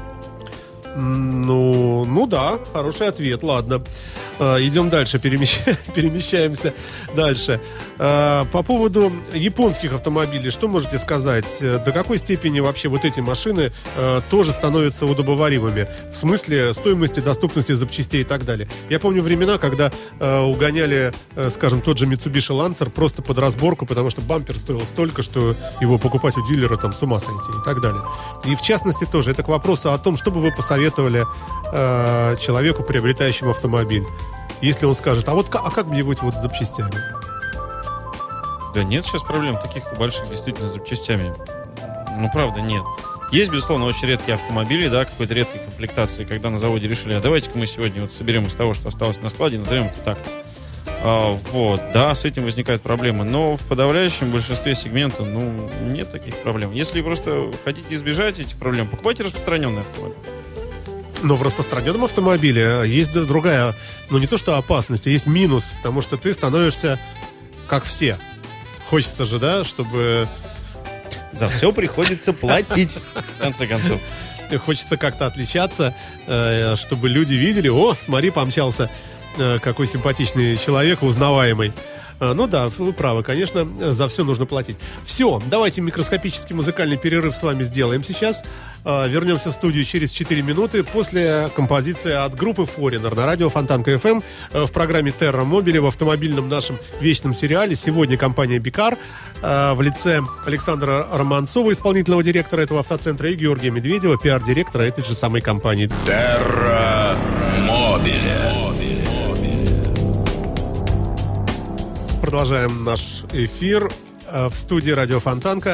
Ну да, хороший ответ, ладно. Идем дальше, перемещаемся дальше. По поводу японских автомобилей, что можете сказать? До какой степени вообще вот эти машины тоже становятся удобоваримыми? В смысле стоимости, доступности запчастей и так далее. Я помню времена, когда угоняли, скажем, тот же Mitsubishi Lancer просто под разборку, потому что бампер стоил столько, что его покупать у дилера там с ума сойти и так далее. И в частности тоже, это к вопросу о том, что бы вы посоветовали человеку, приобретающему автомобиль. Если он скажет: а как мне быть вот с запчастями? Да нет сейчас проблем таких-то больших действительно с запчастями. Ну, правда, нет. Есть, безусловно, очень редкие автомобили, да, какой-то редкой комплектации, когда на заводе решили: а давайте-ка мы сегодня вот соберем из того, что осталось на складе, назовем это так-то. Вот, да, с этим возникают проблемы. Но в подавляющем большинстве сегмента, нет таких проблем. Если просто хотите избежать этих проблем, покупайте распространенный автомобиль. Но в распространенном автомобиле есть другая, не то что опасность, а есть минус, потому что ты становишься как все. Хочется же, да, чтобы... За все приходится платить, в конце концов. Хочется как-то отличаться, чтобы люди видели: о, смотри, помчался какой симпатичный человек, узнаваемый. Ну да, вы правы, конечно, за все нужно платить. Все, давайте микроскопический музыкальный перерыв с вами сделаем сейчас. Вернемся в студию через 4 минуты после композиции от группы Foreigner на радио Фонтанка FM в программе Terra Mobile, в автомобильном нашем вечном сериале. Сегодня компания Бикар в лице Александра Романцова, исполнительного директора этого автоцентра, и Георгия Медведева, пиар-директора этой же самой компании. Terra Mobile. Продолжаем наш эфир в студии радио Фонтанка.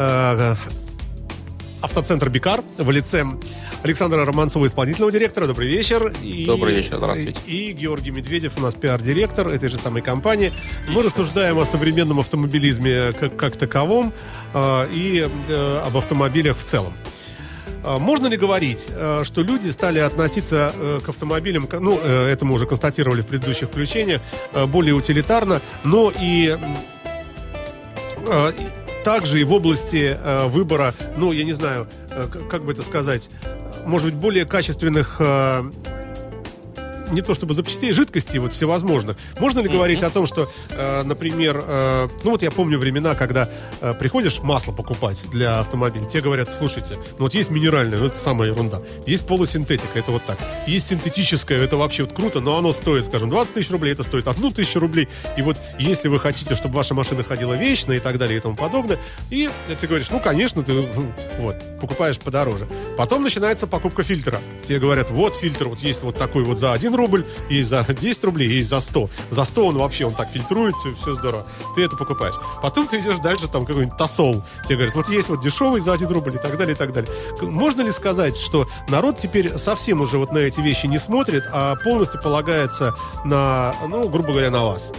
Автоцентр Бикар в лице Александра Романцова, исполнительного директора. Добрый вечер. Добрый вечер, здравствуйте. И Георгий Медведев, у нас пиар-директор этой же самой компании. Мы рассуждаем о современном автомобилизме как таковом и об автомобилях в целом. Можно ли говорить, что люди стали относиться к автомобилям, это мы уже констатировали в предыдущих включениях, более утилитарно, но и также и в области выбора, я не знаю, как бы это сказать, может быть, более качественных не то чтобы запчастей, жидкостей вот всевозможных. Можно ли говорить о том, что, например, ну вот я помню времена, когда приходишь масло покупать для автомобиля, тебе говорят, слушайте, ну вот есть минеральное, ну это самая ерунда. Есть полусинтетика, это вот так. Есть синтетическое, это вообще вот круто, но оно стоит, скажем, 20 тысяч рублей, это стоит 1000 рублей. И вот если вы хотите, чтобы ваша машина ходила вечно и так далее и тому подобное, и ты говоришь, ну конечно, ты вот, покупаешь подороже. Потом начинается покупка фильтра. Тебе говорят, вот фильтр, вот есть вот такой вот за 1 рубль, есть за 10 рублей, есть за 100. За 100 он вообще, он так фильтруется, все здорово. Ты это покупаешь. Потом ты идешь дальше, там какой-нибудь Тосол. Тебе говорят, вот есть вот дешевый за 1 рубль и так далее, и так далее. Можно ли сказать, что народ теперь совсем уже вот на эти вещи не смотрит, а полностью полагается на, ну, грубо говоря, на вас?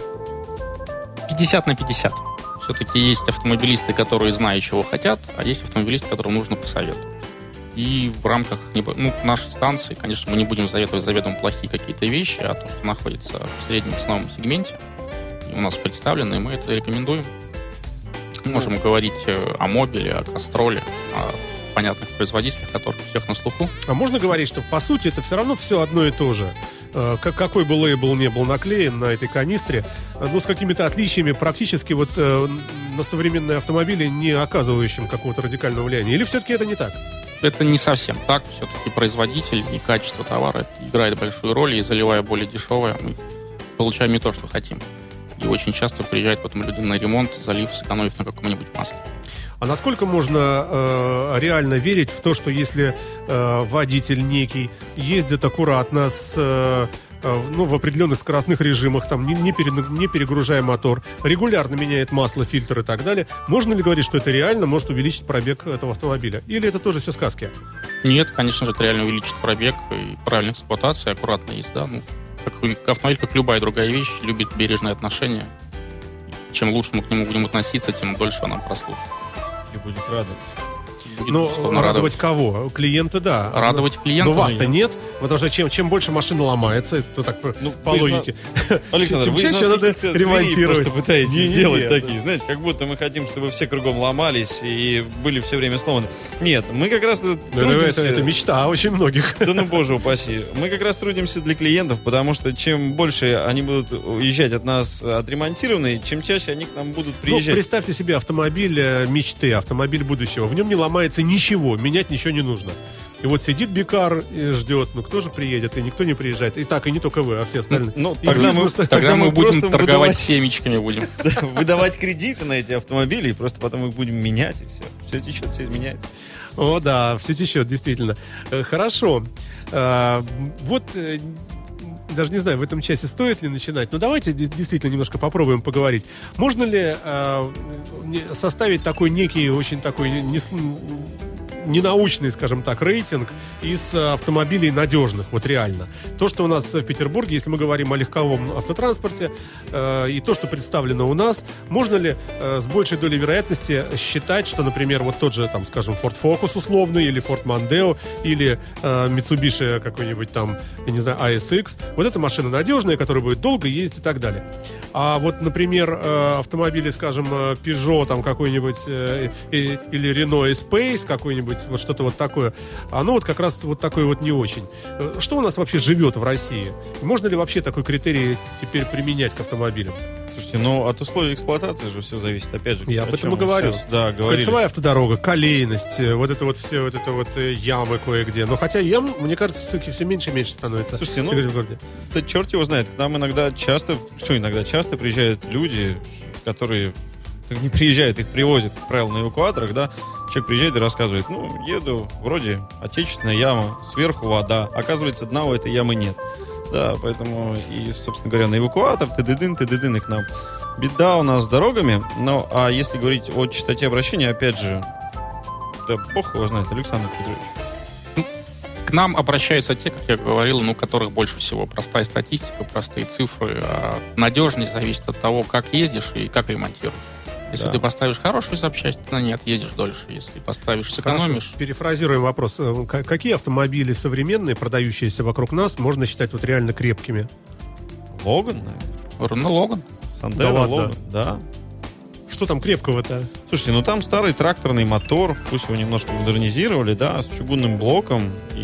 50/50. Все-таки есть автомобилисты, которые знают, чего хотят, а есть автомобилисты, которым нужно посоветовать. И в рамках нашей станции, конечно, мы не будем советовать заведомо плохие какие-то вещи, а то, что находится в среднем ценовом сегменте, и у нас представлено, и мы это рекомендуем. Мы можем говорить о Мобиле, о Кастроле, о понятных производителях, которые у всех на слуху. А можно говорить, что по сути это все равно все одно и то же? Какой бы лейбл не был наклеен на этой канистре, но с какими-то отличиями практически вот на современные автомобили, не оказывающим какого-то радикального влияния. Или все-таки это не так? Это не совсем так. Все-таки производитель и качество товара играет большую роль, и заливая более дешевое, мы получаем не то, что хотим. И очень часто приезжают потом люди на ремонт, залив, сэкономив на каком-нибудь масле. А насколько можно реально верить в то, что если водитель некий ездит аккуратно в определенных скоростных режимах, там, не перегружая мотор, регулярно меняет масло, фильтр и так далее, можно ли говорить, что это реально может увеличить пробег этого автомобиля? Или это тоже все сказки? Нет, конечно же, это реально увеличит пробег, и правильная эксплуатация, аккуратно езда. Ну, автомобиль, как любая другая вещь, любит бережное отношение. Чем лучше мы к нему будем относиться, тем дольше он нам прослужит. И будет радовать. Ну, радовать кого? Клиента, да. Радовать клиента. Но вас-то нет, потому что чем больше машина ломается, это так по логике. Александр, вы чаще надо ремонтировать. Просто пытаетесь сделать такие, знаете, как будто мы хотим, чтобы все кругом ломались и были все время сломаны. Нет, мы как раз трудимся... Это мечта очень многих. Да ну, боже упаси. Мы как раз трудимся для клиентов, потому что чем больше они будут уезжать от нас отремонтированные, чем чаще они к нам будут приезжать. Ну, представьте себе автомобиль мечты, автомобиль будущего. В нем не ломается ничего, менять ничего не нужно. И вот сидит Бикар и ждет, ну кто же приедет, и никто не приезжает. И так, и не только вы, а все остальные. Ну, тогда мы будем торговать семечками будем. Выдавать кредиты на эти автомобили, и просто потом их будем менять, и все. Все течет, все изменяется. О, да, все течет, действительно. Хорошо. Вот... Даже не знаю, в этом часе стоит ли начинать. Но давайте действительно немножко попробуем поговорить. Можно ли составить такой некий, очень такой ненаучный, скажем так, рейтинг из автомобилей надежных, вот реально. То, что у нас в Петербурге, если мы говорим о легковом автотранспорте, и то, что представлено у нас, можно ли с большей долей вероятности считать, что, например, вот тот же, там, скажем, Ford Focus условный, или Ford Mondeo, или Mitsubishi какой-нибудь там, я не знаю, ASX, вот эта машина надежная, которая будет долго ездить и так далее. А вот, например, автомобили, скажем, Peugeot там какой-нибудь, или Renault Espace какой-нибудь, вот что-то вот такое, оно вот как раз вот такое вот не очень. Что у нас вообще живет в России? Можно ли вообще такой критерий теперь применять к автомобилям? Слушайте, ну от условий эксплуатации же все зависит. Опять же, я об этом и говорю. Кольцевая автодорога, колейность, вот это вот все, вот это вот ямы кое-где. Но хотя ям, мне кажется, все-таки все меньше и меньше становится. Слушайте, ну, да черт его знает. К нам иногда часто приезжают люди, которые не приезжают, их привозят, как правило, на эвакуаторах, да. Человек приезжает и рассказывает, ну, еду, вроде отечественная яма, сверху вода. Оказывается, дна у этой ямы нет. Да, поэтому и, собственно говоря, на эвакуатор, ты-ды-дын, и к нам. Беда у нас с дорогами, но, а если говорить о частоте обращения, опять же, да бог его знает, Александр Петрович. К нам обращаются те, как я говорил, у которых больше всего простая статистика, простые цифры. А надежность зависит от того, как ездишь и как ремонтируешь. Если ты поставишь хорошую запчасть, ты на ней отъедешь дольше. Если поставишь, сэкономишь. Хорошо. Перефразируем вопрос. Какие автомобили современные, продающиеся вокруг нас, можно считать вот реально крепкими? Логан, наверное. Логан. Сандеро, да, Логан, да. Что там крепкого-то? Слушайте, ну там старый тракторный мотор, пусть его немножко модернизировали, да, с чугунным блоком, и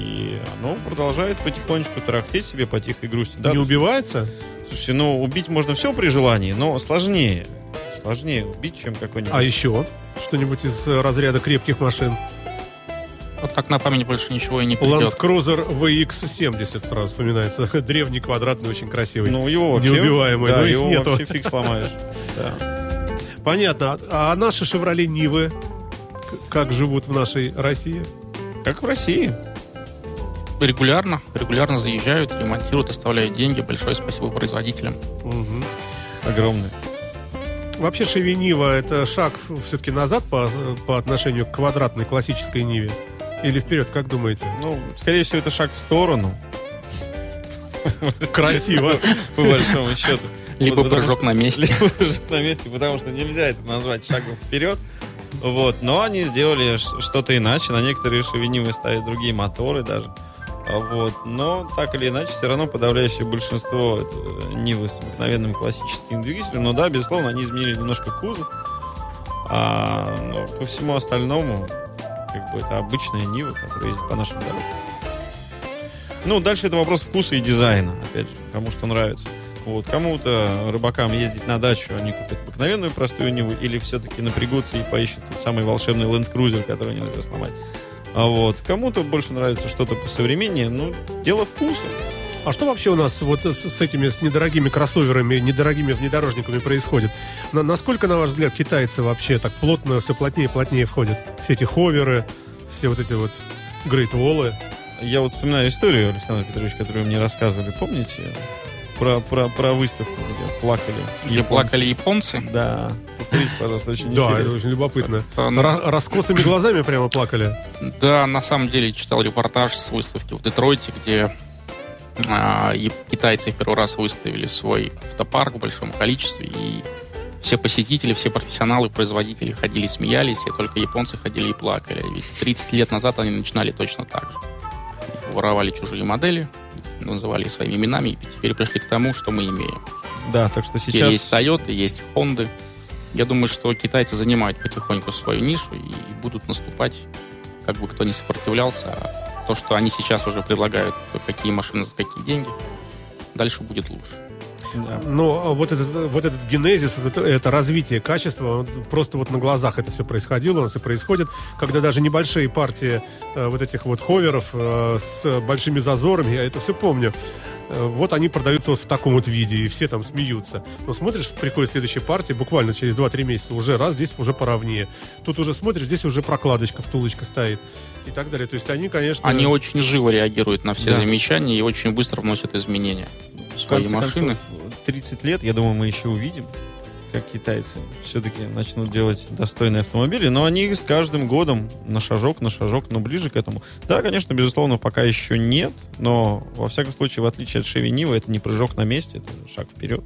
оно продолжает потихонечку тарахтеть себе по тихой грусти. Да? Не убивается? Слушайте, ну, убить можно все при желании, но сложнее. Сложнее убить, чем какой-нибудь... А еще что-нибудь из разряда крепких машин? Вот так на память больше ничего и не придет. Land Cruiser VX70 сразу вспоминается. Древний, квадратный, очень красивый. Ну, его вообще... Неубиваемый. Да, но их его нету. вообще фиг сломаешь. Да. Понятно. А наши «Шевроле Нивы» как живут в нашей России? Как в России. Регулярно заезжают, ремонтируют, оставляют деньги. Большое спасибо производителям. Угу. Огромный. Вообще «Шеви Нива» — это шаг все-таки назад по отношению к квадратной классической Ниве? Или вперед, как думаете? Ну, скорее всего, это шаг в сторону. Красиво. По большому счету. Либо прыжок на месте. Либо прыжок на месте, потому что нельзя это назвать шагом вперед. Вот. Но они сделали что-то иначе. На некоторые «Шеви Нивы» ставят другие моторы даже. Вот. Но так или иначе, все равно подавляющее большинство Нивы с обыкновенным классическим двигателем. Но да, безусловно, они изменили немножко кузов. Но по всему остальному, как бы, это обычная Нива, которая ездит по нашим дорогам. Ну, дальше это вопрос вкуса и дизайна, опять же, кому что нравится. Вот. Кому-то, рыбакам, ездить на дачу, они купят обыкновенную простую Ниву, или все-таки напрягутся и поищут тот самый волшебный Land Cruiser, который нельзя сломать. Вот. Кому-то больше нравится что-то посовременнее, ну, дело вкуса. А что вообще у нас вот с этими с недорогими кроссоверами, недорогими внедорожниками происходит? Насколько, на ваш взгляд, китайцы вообще так плотно, все плотнее и плотнее входят? Все эти ховеры, все вот эти вот грейт-волы. Я вот вспоминаю историю, Александр Петрович, которую вы мне рассказывали, помните? Про выставку, где плакали. Где плакали японцы? Да. Повторите, пожалуйста, очень Да, интересно. это очень любопытно. Раскосыми глазами прямо плакали. Да, на самом деле читал репортаж с выставки в Детройте, где китайцы в первый раз выставили свой автопарк в большом количестве, и все посетители, все профессионалы, производители ходили, смеялись, и только японцы ходили и плакали. Ведь 30 лет назад они начинали точно так же. Воровали чужие модели, называли их своими именами, и теперь пришли к тому, что мы имеем. Да, так что Теперь сейчас... есть Toyota, есть Honda. Я думаю, что китайцы занимают потихоньку свою нишу и будут наступать, как бы кто ни сопротивлялся. То, что они сейчас уже предлагают, какие машины за какие деньги, дальше будет лучше. Да. Но вот этот генезис, это развитие качества, просто вот на глазах это все происходило, у нас и происходит, когда даже небольшие партии вот этих вот ховеров с большими зазорами, я это все помню, вот они продаются вот в таком вот виде, и все там смеются. Но смотришь, приходит следующая партия, буквально через 2-3 месяца, уже раз, здесь уже поровнее. Тут уже смотришь, здесь уже прокладочка, втулочка стоит и так далее. То есть они, конечно... Они очень живо реагируют на все Да. замечания и очень быстро вносят изменения в В свои конце машины. концов, 30 лет, я думаю, мы еще увидим, как китайцы все-таки начнут делать достойные автомобили, но они с каждым годом на шажок, но ближе к этому. Да, конечно, безусловно, пока еще нет, но, во всяком случае, в отличие от Шеви Нивы, это не прыжок на месте, это шаг вперед.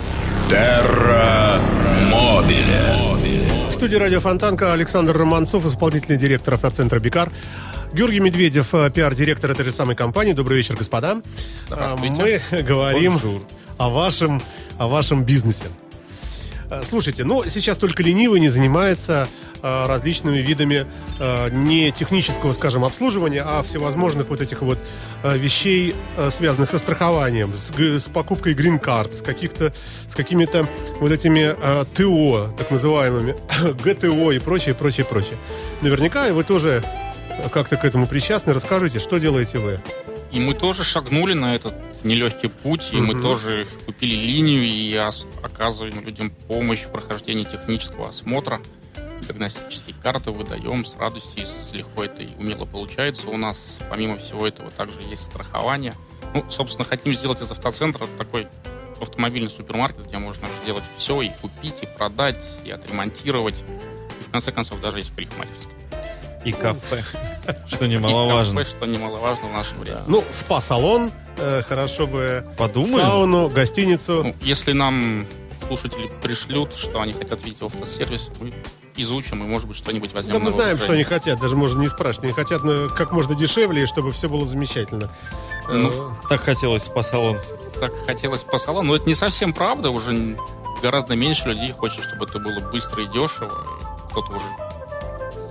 Терра Мобиле. В студии «Радио Фонтанка» Александр Романцов, исполнительный директор автоцентра «Бикар». Георгий Медведев, пиар-директор этой же самой компании. Добрый вечер, господа. Здравствуйте. Мы говорим Бонжур. о вашем бизнесе. Слушайте, сейчас только ленивый не занимается различными видами не технического, скажем, обслуживания, а всевозможных вот этих вот вещей, связанных со страхованием, с покупкой грин-карт, с какими-то вот этими ТО, так называемыми, ГТО и прочее. Наверняка вы тоже как-то к этому причастны. Расскажите, что делаете вы? И мы тоже шагнули на этот нелегкий путь, и мы тоже купили линию и оказываем людям помощь в прохождении технического осмотра. Диагностические карты выдаем с радостью, и легко это и умело получается. У нас, помимо всего этого, также есть страхование. Собственно, хотим сделать из автоцентра такой автомобильный супермаркет, где можно сделать все, и купить, и продать, и отремонтировать. И в конце концов даже есть парикмахерская. И кафе, что немаловажно. И кафе, что немаловажно в наше время. Спа-салон, хорошо бы Подумаем. сауну, гостиницу. Если нам слушатели пришлют, что они хотят видеть в автосервисе, мы изучим и, может быть, что-нибудь возьмем Да, на мы знаем, что они вооружение. хотят, даже можно не спрашивать. Они хотят как можно дешевле, и чтобы все было замечательно. Так хотелось спа-салон. Так хотелось по салону, но это не совсем правда. Уже гораздо меньше людей хочет, чтобы это было быстро и дешево. Кто-то уже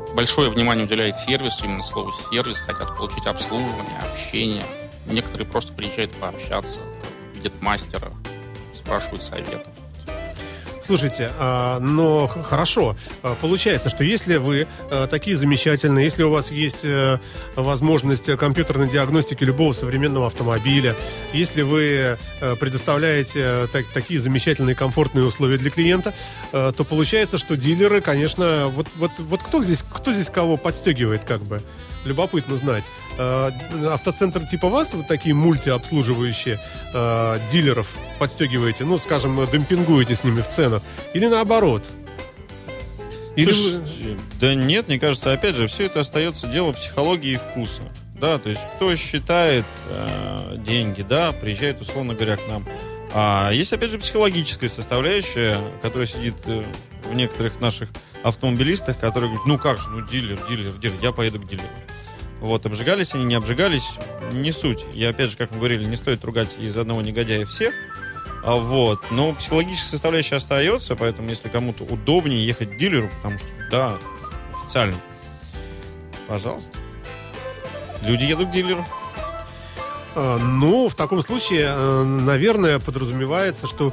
большое внимание уделяет сервису, именно слову сервис, хотят получить обслуживание, общение. Некоторые просто приезжают пообщаться, видят мастера, спрашивают советов. Слушайте, но хорошо. Получается, что если вы такие замечательные, если у вас есть возможность компьютерной диагностики любого современного автомобиля, если вы предоставляете такие замечательные комфортные условия для клиента, то получается, что дилеры, конечно, вот кто здесь кого подстегивает, как бы? Любопытно знать. Автоцентр типа вас, вот такие мультиобслуживающие дилеров подстегиваете, ну, скажем, демпингуете с ними в ценах, или наоборот? Да нет, мне кажется, опять же, все это остается дело психологии и вкуса. Да, то есть кто считает деньги, да, приезжает, условно говоря, к нам. А есть, опять же, психологическая составляющая, которая сидит в некоторых наших автомобилистах, которые говорят, ну как же, ну дилер, я поеду к дилеру. Вот, обжигались они, не обжигались, не суть. И опять же, как мы говорили, не стоит ругать из одного негодяя всех. Вот. Но психологическая составляющая остается, поэтому если кому-то удобнее ехать к дилеру, потому что, да, официально, пожалуйста, люди едут к дилеру. Ну, в таком случае, наверное, подразумевается, что...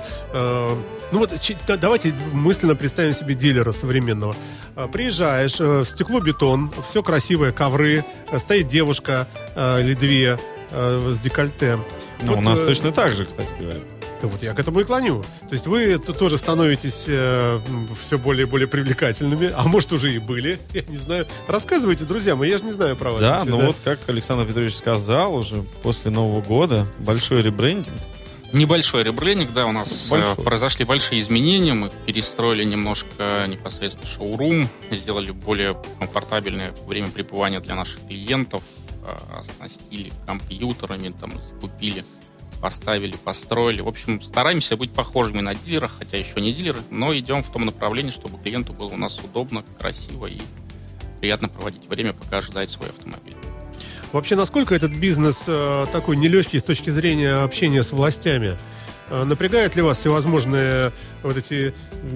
Ну вот, давайте мысленно представим себе дилера современного. Приезжаешь, стекло-бетон, все красивое, ковры, стоит девушка или две с декольте. Ну, вот, у нас точно так же, кстати говоря. Да вот я к этому и клоню. То есть вы тоже становитесь все более и более привлекательными, а может уже и были, я не знаю. Рассказывайте, друзья мои, я же не знаю про вас. Да, ну вот как Александр Петрович сказал, уже после Нового года большой ребрендинг. Небольшой ребрендинг, да, у нас произошли большие изменения. Мы перестроили немножко непосредственно шоурум, сделали более комфортабельное время пребывания для наших клиентов, оснастили компьютерами, там, закупили, поставили, построили. В общем, стараемся быть похожими на дилерах, хотя еще не дилеры, но идем в том направлении, чтобы клиенту было у нас удобно, красиво и приятно проводить время, пока ожидает свой автомобиль. Вообще, насколько этот бизнес такой нелегкий с точки зрения общения с властями? Напрягают ли вас всевозможные вот эти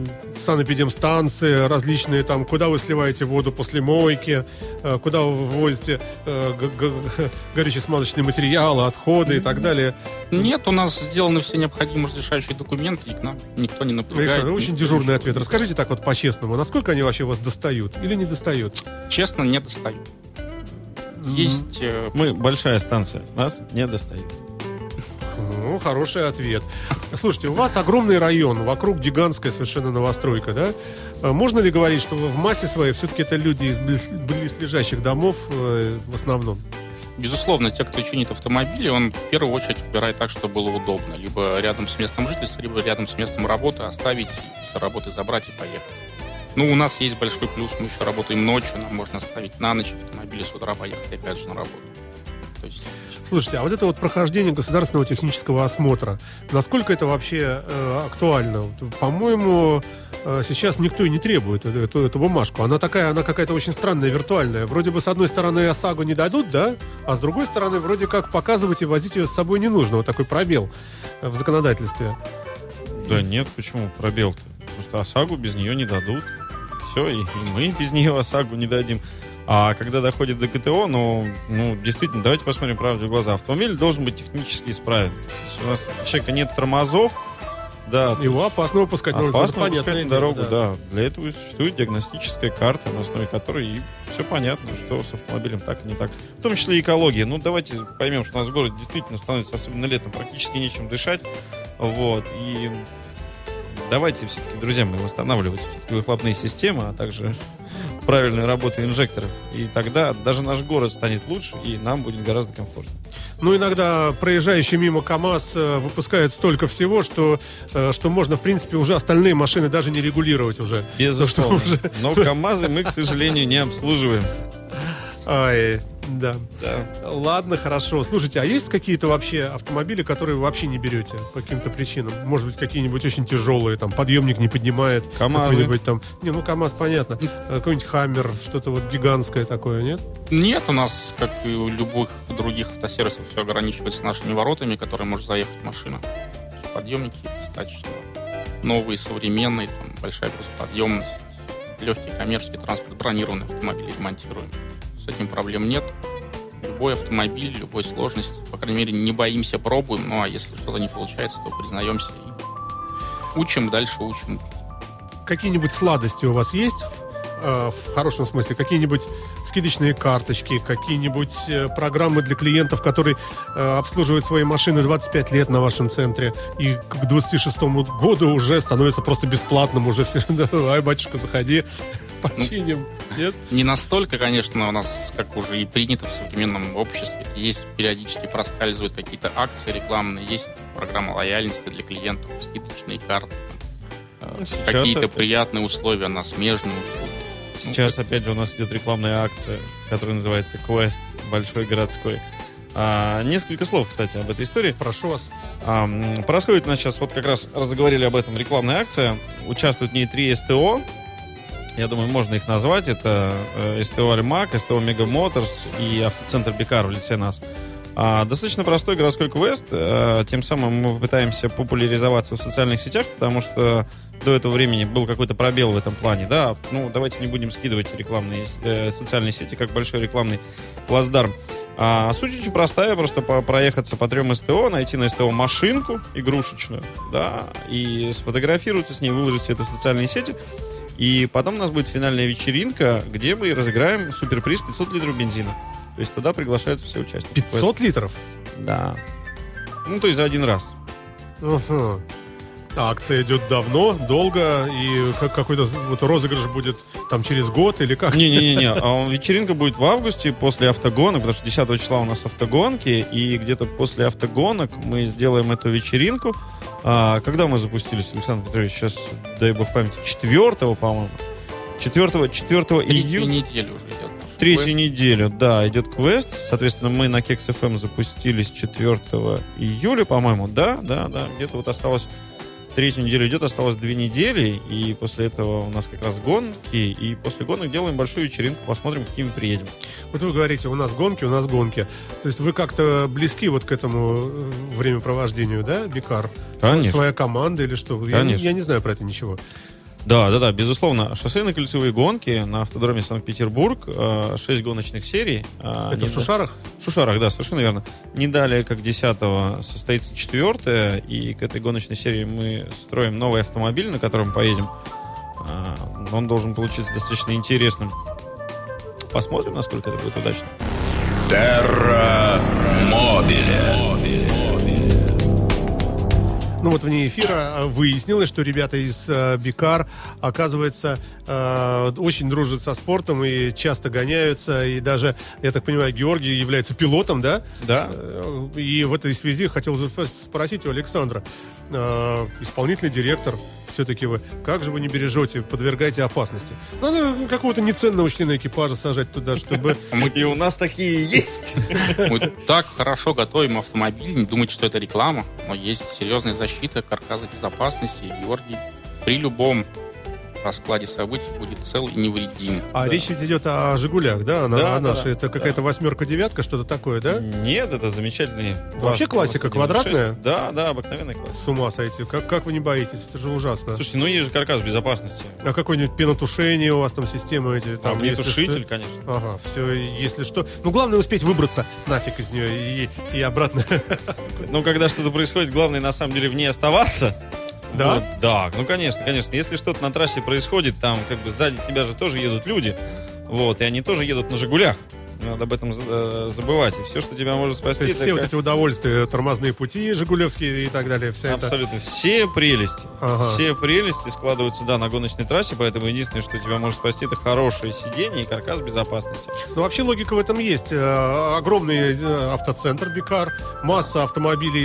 санэпидемстанции различные, там, куда вы сливаете воду после мойки, куда вы вывозите горюче-смазочные материалы, отходы и так далее? Нет, у нас сделаны все необходимые разрешающие документы, и к нам никто не напрягает. Александр, очень дежурный ответ. Расскажите так вот по-честному, насколько они вообще вас достают или не достают? Честно, не достают. Есть... Мы большая станция, нас не достает. Ну, хороший ответ. Слушайте, у вас огромный район, вокруг гигантская совершенно новостройка, да? Можно ли говорить, что в массе своей все-таки это люди из близлежащих домов в основном? Безусловно, те, кто чинит автомобили, он в первую очередь выбирает так, чтобы было удобно. Либо рядом с местом жительства, либо рядом с местом работы оставить, после работы забрать и поехать. Ну, у нас есть большой плюс, мы еще работаем ночью, нам можно оставить на ночь автомобиль и с утра поехать опять же на работу. То есть... Слушайте, а вот это вот прохождение государственного технического осмотра, насколько это вообще актуально? По-моему, сейчас никто и не требует эту бумажку. Она какая-то очень странная, виртуальная. Вроде бы с одной стороны ОСАГО не дадут, да? А с другой стороны вроде как показывать и возить ее с собой не нужно. Вот такой пробел в законодательстве. Да нет, почему пробел-то? Просто ОСАГО без нее не дадут. Все, и мы без нее ОСАГО не дадим. А когда доходит до ГТО, ну, действительно, давайте посмотрим правде в глаза. Автомобиль должен быть технически исправен. То есть у нас у человека нет тормозов, да. Его опасно выпускать на улицу. Опасно выпускать на дорогу, да. Для этого существует диагностическая карта, на основе которой и все понятно, что с автомобилем так и не так. В том числе и экология. Ну, давайте поймем, что у нас в городе действительно становится, особенно летом, практически нечем дышать. Вот. И давайте все-таки, друзья мои, восстанавливать выхлопные системы, а также правильную работу инжекторов. И тогда даже наш город станет лучше, и нам будет гораздо комфортнее. Ну, иногда проезжающий мимо КАМАЗ выпускает столько всего, что можно, в принципе, уже остальные машины даже не регулировать уже. Безусловно. Но КАМАЗы мы, к сожалению, не обслуживаем. Ай, да. Ладно, хорошо. Слушайте, а есть какие-то вообще автомобили, которые вы вообще не берете по каким-то причинам? Может быть, какие-нибудь очень тяжелые, там, подъемник не поднимает. КАМАЗы. Там... Не, ну, КАМАЗ, понятно. Какой-нибудь Хаммер, что-то вот гигантское такое, нет? Нет, у нас, как и у любых других автосервисов, все ограничивается нашими воротами, которые может заехать машина. Подъемники достаточно новые, современные, там, большая грузоподъемность. легкий коммерческий транспорт, бронированные автомобили ремонтируем. С этим проблем нет. Любой автомобиль, любой сложности, по крайней мере, не боимся, пробуем. Ну, а если что-то не получается, то признаемся и учим, дальше учим. Какие-нибудь сладости у вас есть? В хорошем смысле, какие-нибудь скидочные карточки, какие-нибудь программы для клиентов, которые обслуживают свои машины 25 лет на вашем центре и к 26-му году уже становится просто бесплатным, уже все, давай, батюшка, заходи, починим. Нет? Не настолько, конечно, у нас, как уже и принято в современном обществе, есть периодически проскальзывают какие-то акции рекламные, есть программа лояльности для клиентов, скидочные карты, какие-то приятные условия на смежные услуги. Сейчас, опять же, у нас идет рекламная акция, которая называется Quest Большой городской. Несколько слов, кстати, об этой истории. Прошу вас. Происходит у нас сейчас, вот как раз разговорили об этом, рекламная акция. Участвуют в ней 3 СТО. Я думаю, можно их назвать. Это СТО Альмак, СТО Мега Моторс и автоцентр Бикар в лице нас. Достаточно простой городской квест. Тем самым мы пытаемся популяризоваться в социальных сетях, потому что до этого времени был какой-то пробел в этом плане. Да, ну, давайте не будем скидывать рекламные социальные сети, как большой рекламный плацдарм. Суть очень простая, просто проехаться по 3 СТО, найти на СТО машинку игрушечную, да, и сфотографироваться с ней, выложить все это в социальные сети. И потом у нас будет финальная вечеринка, где мы разыграем суперприз 500 литров бензина. То есть туда приглашаются все участники. 500 литров? Да. Ну, то есть за один раз. Ага. Акция идет давно, долго, и какой-то вот розыгрыш будет там через год или как? Не-не-не, вечеринка будет в августе после автогонок, потому что 10 числа у нас автогонки, и где-то после автогонок мы сделаем эту вечеринку. Когда мы запустились, Александр Петрович, сейчас, дай бог памяти, 4-го, по-моему. 4 июля. Неделю уже идет. Третью неделю, да, идет квест. Соответственно, мы на Кекс FM запустились 4 июля, по-моему. Да, где-то вот осталось... 3-ю неделю идет, осталось 2 недели, и после этого у нас как раз гонки, и после гонок делаем большую вечеринку, посмотрим, какими приедем. Вот вы говорите, у нас гонки. То есть вы как-то близки вот к этому времяпровождению, да, Бикар? Конечно. Своя команда или что? Конечно. Я не знаю про это ничего. Да, безусловно. Шоссейно-кольцевые гонки на автодроме Санкт-Петербург, 6 гоночных серий. Это в Шушарах? В Шушарах, да, совершенно верно. Не далее, как 10-го, состоится 4-я, и к этой гоночной серии мы строим новый автомобиль, на котором поедем. Он должен получиться достаточно интересным. Посмотрим, насколько это будет удачно. Терра Мобиле. Ну вот вне эфира выяснилось, что ребята из Бикар, оказывается, очень дружат со спортом и часто гоняются. И даже, я так понимаю, Георгий является пилотом, да? Да. И в этой связи хотел спросить у Александра, исполнительный директор, все-таки вы, как же вы не бережете, подвергаете опасности? Надо какого-то неценного члена экипажа сажать туда, чтобы... И у нас такие есть. Мы так хорошо готовим автомобиль, не думайте, что это реклама, но есть серьезная защита, каркас безопасности, и Георгий при любом раскладе событий будет цел и невредим. Речь ведь идет о «Жигулях», да? Да. Это какая-то 8-9, что-то такое, да? Нет, это замечательный. Вообще классика, квадратная? Да, обыкновенная классика. С ума сойти. Как вы не боитесь? Это же ужасно. Слушайте, есть же каркас безопасности. А какое-нибудь пенотушение у вас там, системы эти? Там не тушитель, конечно. Ага, все, если что. Главное успеть выбраться нафиг из нее и обратно. Когда что-то происходит, главное на самом деле в ней оставаться. Да? Вот, да, конечно. Если что-то на трассе происходит, там сзади тебя же тоже едут люди, и они тоже едут на «Жигулях». Надо об этом забывать. И все, что тебя может спасти... То есть все вот эти удовольствия, тормозные пути жигулевские и так далее. Абсолютно. Все прелести. Ага. Все прелести складываются, на гоночной трассе, поэтому единственное, что тебя может спасти, это хорошее сиденье и каркас безопасности. Вообще логика в этом есть. Огромный автоцентр Бикар, масса автомобилей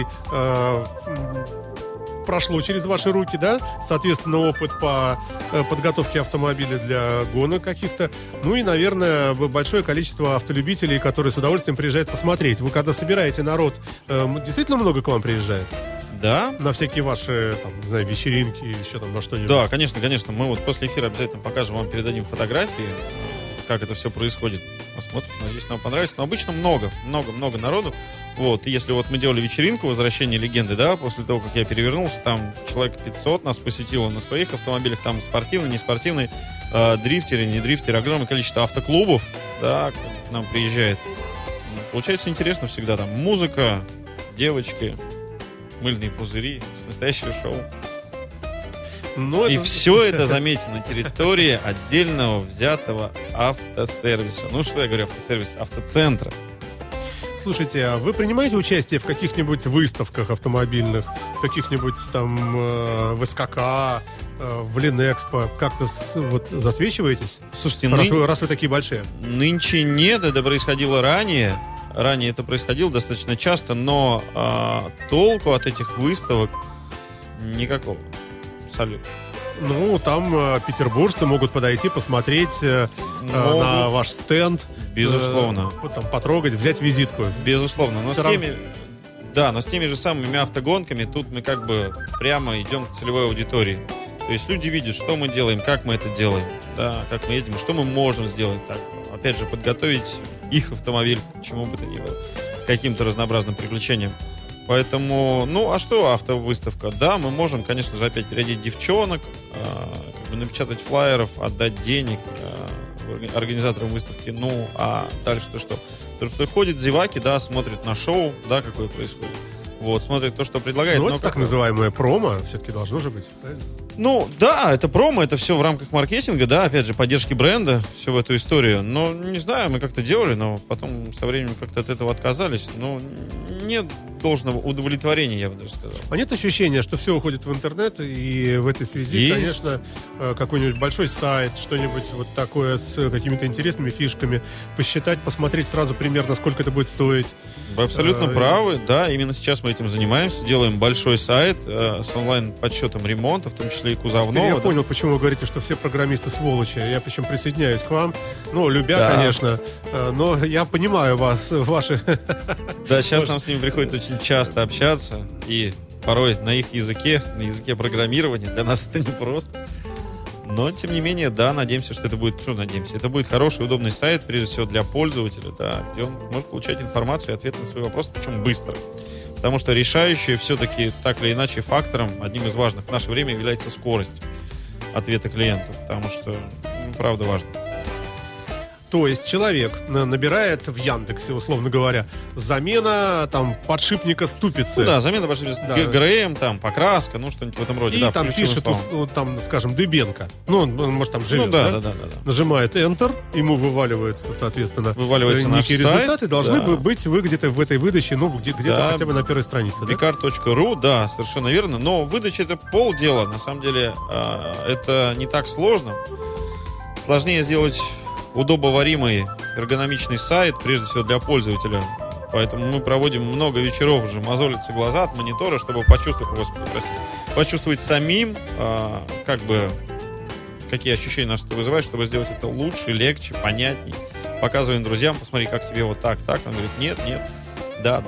прошло через ваши руки, да? Соответственно, опыт по подготовке автомобиля для гонок каких-то. И, наверное, большое количество автолюбителей, которые с удовольствием приезжают посмотреть. Вы когда собираете народ, действительно много к вам приезжает? Да. На всякие ваши, вечеринки, еще там на что-нибудь? Да, конечно. Мы после эфира обязательно покажем вам, передадим фотографии. как это все происходит. Посмотрим, надеюсь, нам понравится. Но обычно много народу. Вот, и если вот мы делали вечеринку «Возвращение легенды», да, после того, как я перевернулся, там человек 500 нас посетило на своих автомобилях, там спортивный, неспортивный, дрифтеры, не дрифтеры, огромное количество автоклубов, да, к нам приезжает. Получается интересно всегда, там музыка, девочки, мыльные пузыри, настоящее шоу. И все это, заметьте, на территории отдельного взятого автосервиса. Ну, что я говорю, автосервис, автоцентра. Слушайте, а вы принимаете участие в каких-нибудь выставках автомобильных, в каких-нибудь там в СКК, в Ленэкспо? Как-то вот засвечиваетесь? Слушайте, раз вы такие большие. Нынче нет, это происходило ранее. Ранее это происходило достаточно часто, но толку от этих выставок никакого. Абсолютно. Ну, там петербуржцы могут подойти, посмотреть на ваш стенд. Безусловно. Там потрогать, взять визитку. Безусловно. Но с теми же самыми автогонками тут мы как бы прямо идем к целевой аудитории. То есть люди видят, что мы делаем, как мы это делаем, да, как мы ездим, что мы можем сделать так. Опять же, подготовить их автомобиль к чему бы то ни было, к каким-то разнообразным приключениям. Поэтому, ну, а что автовыставка? Да, мы можем, конечно же, опять переодеть девчонок, напечатать флаеров, отдать денег организаторам выставки. Ну, а дальше-то что? Приходят зеваки, да, смотрят на шоу, да, какое происходит. Вот, смотрят то, что предлагает. Ну, это так называемое промо все-таки должно же быть, правильно? Ну, да, это промо, это все в рамках маркетинга, да, опять же, поддержки бренда, все в эту историю. Но, не знаю, мы как-то делали, но потом со временем как-то от этого отказались. Но нет должного удовлетворения, я бы даже сказал. А нет ощущения, что все уходит в интернет, и в этой связи, есть, конечно, какой-нибудь большой сайт, что-нибудь вот такое с какими-то интересными фишками, посчитать, посмотреть сразу примерно, сколько это будет стоить. Вы абсолютно правы, да, именно сейчас мы этим занимаемся, делаем большой сайт с онлайн-подсчетом ремонта, в том числе и кузовного. Я понял, почему вы говорите, что все программисты сволочи. Я причем присоединяюсь к вам. Ну, любя, да, конечно. Но я понимаю вас, ваши... Да, сейчас нам с ними приходится очень часто общаться. И порой на их языке, на языке программирования. Для нас это непросто. Но, тем не менее, да, надеемся, что это будет... Что надеемся? Это будет хороший, удобный сайт, прежде всего, для пользователя, да, где он может получать информацию и ответы на свои вопросы, причем быстро. Потому что решающий все-таки, так или иначе, фактором, одним из важных в наше время является скорость ответа клиенту. Потому что, правда, важно. То есть человек набирает в Яндексе, условно говоря, замена там подшипника ступицы. Ну да, замена подшипника, да. ГРМ, там, покраска, ну что-нибудь в этом роде. И да, там пишет, там, скажем, Дыбенко. Ну, он может, там живет, да? Нажимает Enter, ему вываливается, соответственно, некие результаты. Должны быть вы где-то в этой выдаче, ну, где-то хотя бы на первой странице. Picard.ru, да, совершенно верно. Но выдача — это полдела. На самом деле, это не так сложно. Сложнее сделать удобоваримый эргономичный сайт, прежде всего для пользователя. Поэтому мы проводим много вечеров уже, мозолятся глаза от монитора, чтобы почувствовать самим, как бы, какие ощущения нас это вызывает, чтобы сделать это лучше, легче, понятней. Показываем друзьям, посмотри, как тебе вот так. Он говорит, нет, да.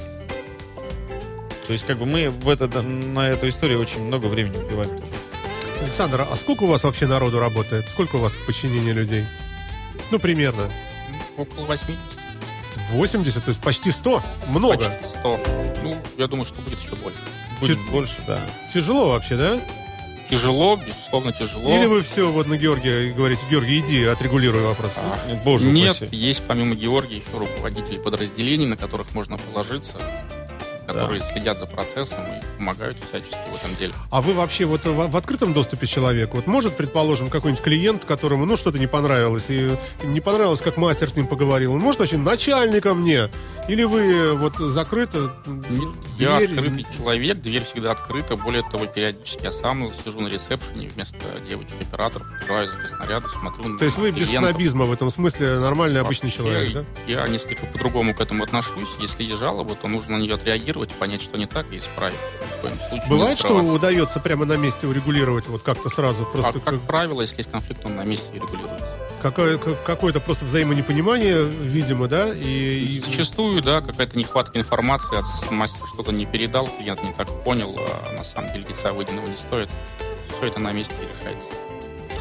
То есть, как бы мы на эту историю очень много времени убиваем тоже. Александр, а сколько у вас вообще народу работает? Сколько у вас в подчинении людей? Ну, примерно. Около 80. 80? То есть почти 100? Много. Почти 100. Ну, я думаю, что будет еще больше. Будет больше, да. Тяжело вообще, да? Тяжело, безусловно, тяжело. Или вы все вот на Георгия говорите, Георгий, иди, отрегулируй вопрос. Нет, есть помимо Георгия еще руководители подразделений, на которых можно положиться, которые следят за процессом и помогают всячески в этом деле. А вы вообще вот в открытом доступе человек, вот может, предположим, какой-нибудь клиент, которому, ну, что-то не понравилось, и не понравилось, как мастер с ним поговорил, он может вообще начальника мне? Или вы вот закрыто? Нет, я открытый человек, дверь всегда открыта. Более того, периодически я сам сижу на ресепшене вместо девочек-операторов, открываю снаряды, смотрю на клиентов. То есть вы без снобизма в этом смысле нормальный, обычный человек, да? Я несколько по-другому к этому отношусь. Если есть жалоба, то нужно на нее отреагировать, понять, что не так, и исправить. Бывает, что удается прямо на месте урегулировать вот как-то сразу? Просто как правило, если есть конфликт, он на месте регулируется. Какое-то просто взаимонепонимание, видимо, да? И зачастую, да, какая-то нехватка информации, мастер что-то не передал, клиент не так понял, а на самом деле лица выеденного не стоит. Все это на месте и решается.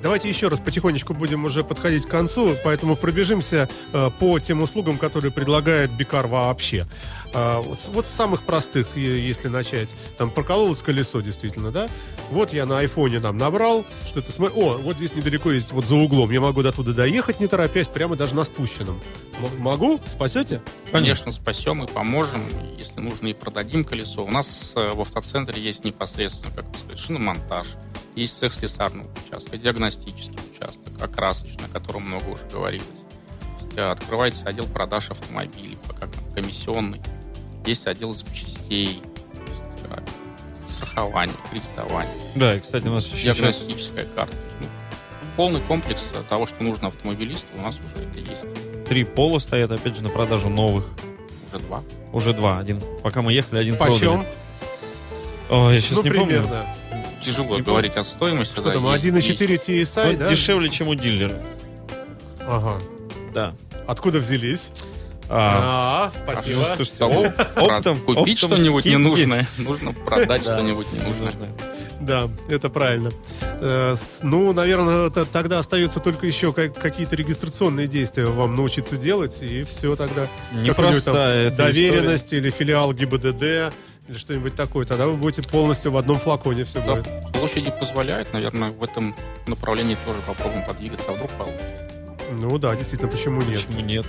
Давайте еще раз потихонечку будем уже подходить к концу, поэтому пробежимся по тем услугам, которые предлагает Бикар вообще. Вот с самых простых, если начать. Там прокололось колесо, действительно, да? Вот я на айфоне там набрал, что-то смотрю. О, вот здесь недалеко есть, вот за углом. Я могу до туда доехать, не торопясь, прямо даже на спущенном. Могу? Спасете? Конечно, спасем и поможем. Если нужно, и продадим колесо. У нас в автоцентре есть непосредственно, как сказать, шиномонтаж. Есть цех слесарного участка, диагностический участок, окрасочный, о котором много уже говорилось. Открывается отдел продаж автомобилей, пока комиссионный. Есть отдел запчастей, страхование, кредитование. Да, и, кстати, у нас еще диагностическая карта. Полный комплекс того, что нужно автомобилисту, у нас уже это есть. 3 пола стоят, опять же, на продажу новых. Уже 2. Один. Пока мы ехали, один Почем? О, я сейчас не примерно. помню. Тяжело говорить о стоимости. Что там, 1.4 TSI, да? Дешевле, чем у дилера. Ага. Да. Откуда взялись? Спасибо. Слушайте, купить что-нибудь ненужное, нужно продать что-нибудь ненужное. Да, это правильно. Ну, наверное, тогда остается только еще какие-то регистрационные действия вам научиться делать, и все тогда. Непростая доверенность история. Или филиал ГИБДД, или что-нибудь такое. Тогда вы будете полностью в одном флаконе все будет. Площади позволяют, наверное, в этом направлении тоже попробуем подвигаться, а вдруг получится. Ну да, действительно, почему нет? Почему нет?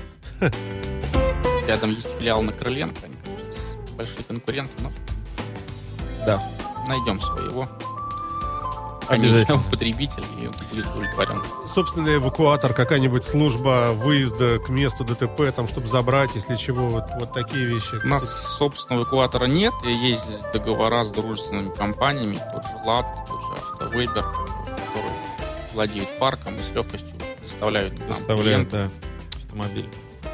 Рядом есть филиал на Крыленко, они, конечно, большие конкуренты, но да. Найдем своего. Обязательно. Потребитель и будет удовлетворен. Собственный эвакуатор, какая-нибудь служба выезда к месту ДТП, там, чтобы забрать, если чего, вот такие вещи. У нас собственного эвакуатора нет, и есть договора с дружественными компаниями, тот же ЛАД, тот же Автовыбер, которые владеют парком и с легкостью доставляют да, автомобиль.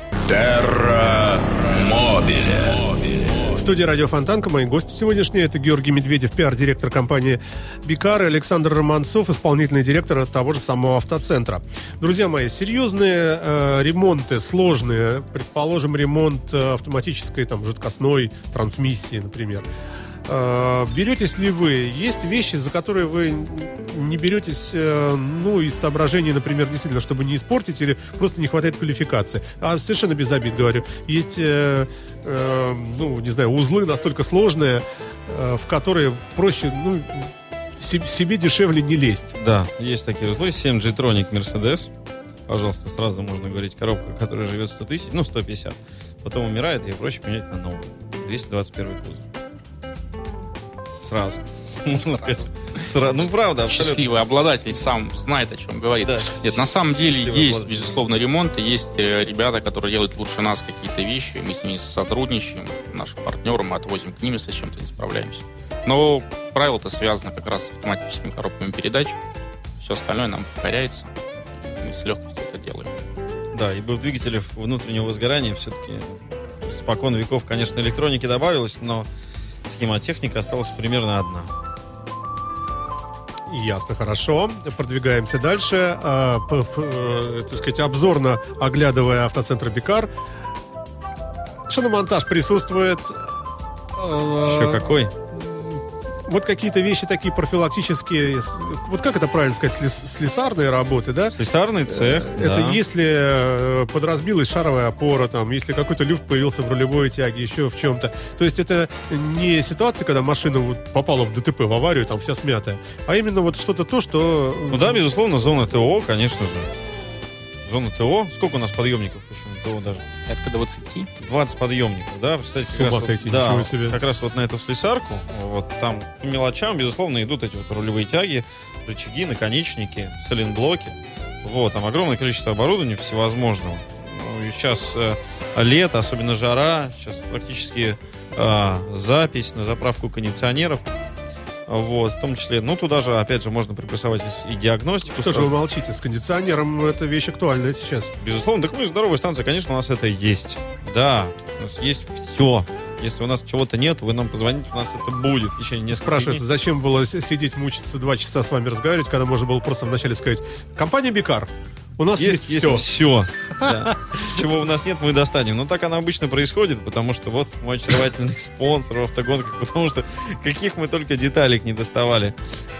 Терра Мобиле. В студии «Радио Фонтанка» мои гости сегодняшние — это Георгий Медведев, пиар-директор компании «Бикар», и Александр Романцов, исполнительный директор того же самого автоцентра. Друзья мои, серьезные ремонты, сложные, предположим, ремонт автоматической, там, жидкостной трансмиссии, например. Беретесь ли вы? Есть вещи, за которые вы не беретесь, из соображений, например, действительно, чтобы не испортить, или просто не хватает квалификации. А совершенно без обид говорю. Есть, узлы настолько сложные, в которые проще, себе дешевле не лезть. Да, есть такие узлы. 7G Tronic Mercedes. Пожалуйста, сразу можно говорить, коробка, которая живет 100 тысяч, 150. Потом умирает, ее проще поменять на новую. 221 кузов. Сразу. Правда, абсолютно. Счастливый обладатель сам знает, о чем говорит. Да. Нет, на самом деле есть, безусловно, ремонт. Есть ребята, которые делают лучше нас какие-то вещи. Мы с ними сотрудничаем. Нашим партнерам мы отвозим к ним, если с чем-то не справляемся. Но правило-то связано как раз с автоматическими коробками передач. Все остальное нам покоряется. Мы с легкостью это делаем. Да, ибо в двигателях внутреннего сгорания все-таки испокон веков, конечно, электроники добавилось, но схемотехника осталась примерно одна. Ясно, хорошо. Продвигаемся дальше. Так сказать, обзорно оглядывая автоцентр «Бикар». Шиномонтаж присутствует. Еще какой? Вот какие-то вещи такие профилактические. Вот как это правильно сказать? Слесарные работы, да? Слесарный цех, это да. Если подразбилась шаровая опора, там, если какой-то люфт появился в рулевой тяге, еще в чем-то. То есть это не ситуация, когда машина попала в ДТП, в аварию, там вся смятая, а именно вот что-то то, что... Да, безусловно, зона ТО, конечно же. Зона ТО. Сколько у нас подъемников? ТО даже? Это 20. 20 подъемников, да? Представьте, с ума сойти, ничего себе. Как раз вот на эту слесарку, вот там по мелочам, безусловно, идут эти вот рулевые тяги, рычаги, наконечники, сайлентблоки. Вот, там огромное количество оборудования всевозможного. И сейчас лето, особенно жара, сейчас практически запись на заправку кондиционеров. Вот, в том числе, туда же, опять же, можно приплюсовать и диагностику. Что же вы молчите? С кондиционером это вещь актуальная сейчас. Безусловно, так здоровая станция, конечно, у нас это есть. Да, у нас есть все. Если у нас чего-то нет, вы нам позвоните, у нас это будет в течение нескольких дней. Спрашивается, зачем было сидеть, мучиться 2 часа с вами разговаривать, когда можно было просто вначале сказать: компания «Бикар», у нас есть все. Все. Да. Чего у нас нет, мы достанем. Но так оно обычно происходит, потому что вот мой очаровательный спонсор в автогонках, потому что каких мы только деталек не доставали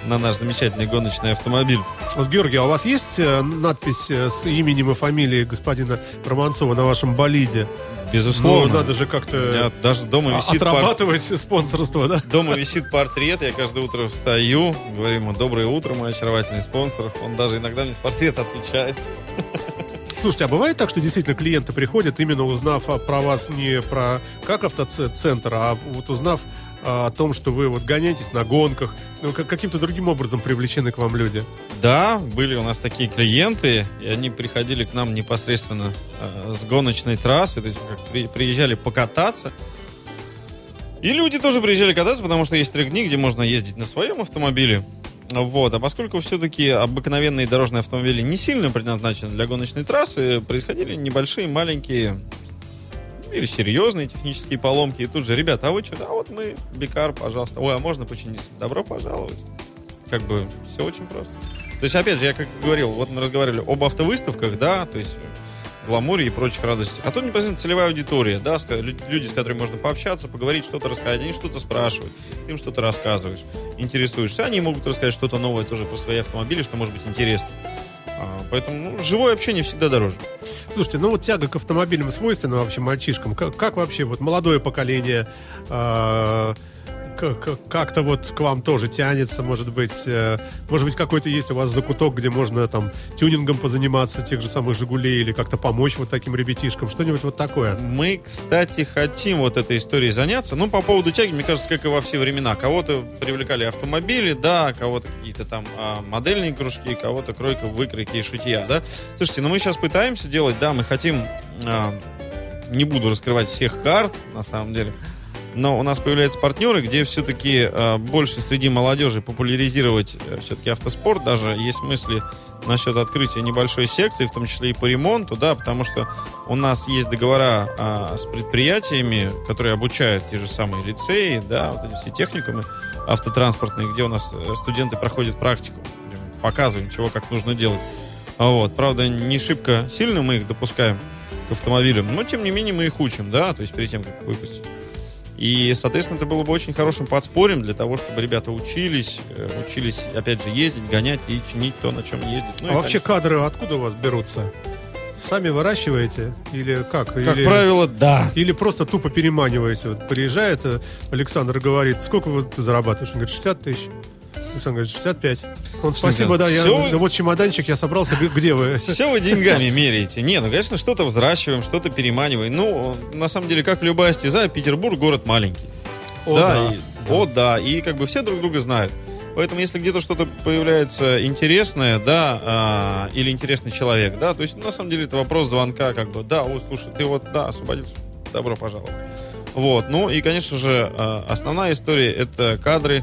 на наш замечательный гоночный автомобиль. Вот, Георгий, а у вас есть надпись с именем и фамилией господина Романцова на вашем болиде? Безусловно. Ну, надо же как-то даже дома висит отрабатывать спонсорство, да? Дома висит портрет, я каждое утро встаю, говорю ему: доброе утро, мой очаровательный спонсор. Он даже иногда мне с портрета отвечает. Слушайте, а бывает так, что действительно клиенты приходят, именно узнав про вас не про как автоцентр, а вот узнав о том, что вы вот гоняетесь на гонках, ну, каким-то другим образом привлечены к вам люди? Да, были у нас такие клиенты, и они приходили к нам непосредственно с гоночной трассы, то есть как приезжали покататься. И люди тоже приезжали кататься, потому что есть трек-дни, где можно ездить на своем автомобиле. Вот. А поскольку все-таки обыкновенные дорожные автомобили не сильно предназначены для гоночной трассы, происходили небольшие, маленькие или серьезные технические поломки. И тут же: ребята, а вы что? А вот мы, Бикар, пожалуйста. Ой, а можно починить? Добро пожаловать. Как бы все очень просто. То есть, опять же, я как говорил, вот мы разговаривали об автовыставках, да, то есть гламуре и прочих радостях. А тут непосредственно целевая аудитория, да, люди, с которыми можно пообщаться, поговорить, что-то рассказать. Они что-то спрашивают, ты им что-то рассказываешь, интересуешься. Они могут рассказать что-то новое тоже про свои автомобили, что может быть интересно. Поэтому живое общение всегда дороже. Слушайте, ну вот тяга к автомобилям свойственна вообще мальчишкам. Как вообще вот молодое поколение как-то вот к вам тоже тянется, может быть, какой-то есть у вас закуток, где можно там тюнингом позаниматься тех же самых «Жигулей» или как-то помочь вот таким ребятишкам, что-нибудь вот такое? Мы, кстати, хотим вот этой историей заняться. Ну, по поводу тяги, мне кажется, как и во все времена. Кого-то привлекали автомобили, да, кого-то какие-то там модельные кружки, кого-то кройка, выкройки и шитья, да. Слушайте, ну мы сейчас пытаемся делать, да, мы хотим, не буду раскрывать всех карт, на самом деле, но у нас появляются партнеры, где все-таки больше среди молодежи популяризировать все-таки автоспорт. Даже есть мысли насчет открытия небольшой секции, в том числе и по ремонту, да, потому что у нас есть договора с предприятиями, которые обучают те же самые лицеи, да, вот эти все техникумы автотранспортные, где у нас студенты проходят практику, показываем, чего как нужно делать. Вот. Правда, не шибко сильно мы их допускаем к автомобилям, но тем не менее мы их учим, да, то есть перед тем, как выпустить. И, соответственно, это было бы очень хорошим подспорьем для того, чтобы ребята учились, опять же, ездить, гонять и чинить то, на чем ездят. Ну, а вообще кадры откуда у вас берутся? Сами выращиваете? Или как? Как правило, да. Или просто тупо переманиваете? Вот приезжает Александр и говорит: сколько ты зарабатываешь? Он говорит: 60 тысяч. Александр говорит: 65. Он: спасибо, да, вот чемоданчик, я собрался, где вы? Все вы деньгами меряете. Не, ну, конечно, что-то взращиваем, что-то переманиваем. Ну, на самом деле, как любая стезя, Петербург город маленький. Да, и как бы все друг друга знают. Поэтому, если где-то что-то появляется интересное, да, или интересный человек, да, то есть, на самом деле, это вопрос звонка, как бы: да, слушай, ты вот, да, освободился, добро пожаловать. Вот, ну, и, конечно же, основная история — это кадры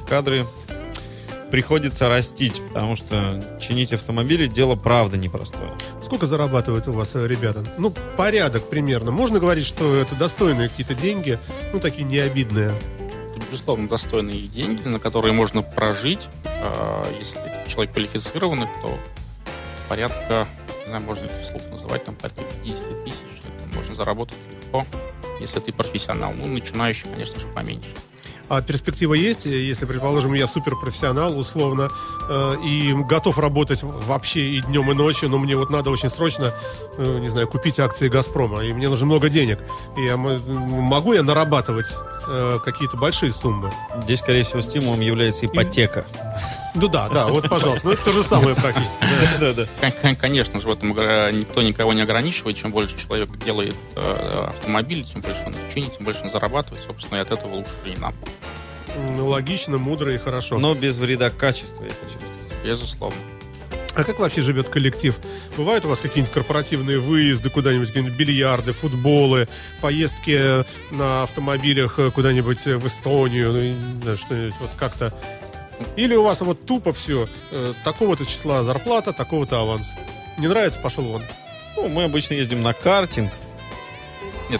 приходится растить, потому что чинить автомобили — дело правда непростое. Сколько зарабатывают у вас ребята? Ну, порядок примерно. Можно говорить, что это достойные какие-то деньги, ну, такие необидные? Это, безусловно, достойные деньги, на которые можно прожить. Если человек квалифицированный, то порядка, не знаю, можно это вслух называть, там порядка 50 тысяч. Это можно заработать легко, если ты профессионал. Ну, начинающий, конечно же, поменьше. А перспектива есть, если, предположим, я суперпрофессионал, условно, и готов работать вообще и днем, и ночью, но мне вот надо очень срочно, не знаю, купить акции «Газпрома», и мне нужно много денег. И могу я нарабатывать какие-то большие суммы? Здесь, скорее всего, стимулом является ипотека. Ну да, вот, пожалуйста. Ну, это то же самое практически. Да. Конечно же, в этом никто никого не ограничивает. Чем больше человек делает автомобиль, тем больше он их чинит, тем больше он зарабатывает. Собственно, и от этого лучше и нам. Ну, логично, мудро и хорошо. Но без вреда качества, я хочу сказать. Безусловно. А как вообще живет коллектив? Бывают у вас какие-нибудь корпоративные выезды куда-нибудь, какие-нибудь бильярды, футболы, поездки на автомобилях куда-нибудь в Эстонию, ну, не знаю, что-нибудь вот как-то? Или у вас вот тупо все, такого-то числа зарплата, такого-то аванс? Не нравится, пошел вон. Ну, мы обычно ездим на картинг. Нет,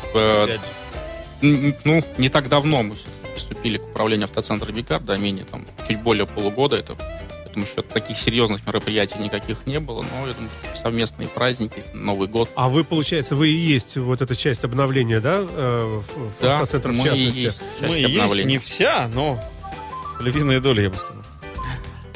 не так давно мы приступили к управлению автоцентра Бикар, да, менее там чуть более полугода. Это еще таких серьезных мероприятий никаких не было, но я думаю, что совместные праздники, Новый год. А вы, получается, вы и есть вот эта часть обновления, да, в автоцентре в частности? Мы и есть, не вся, но львиная доля, я бы сказал. Нет,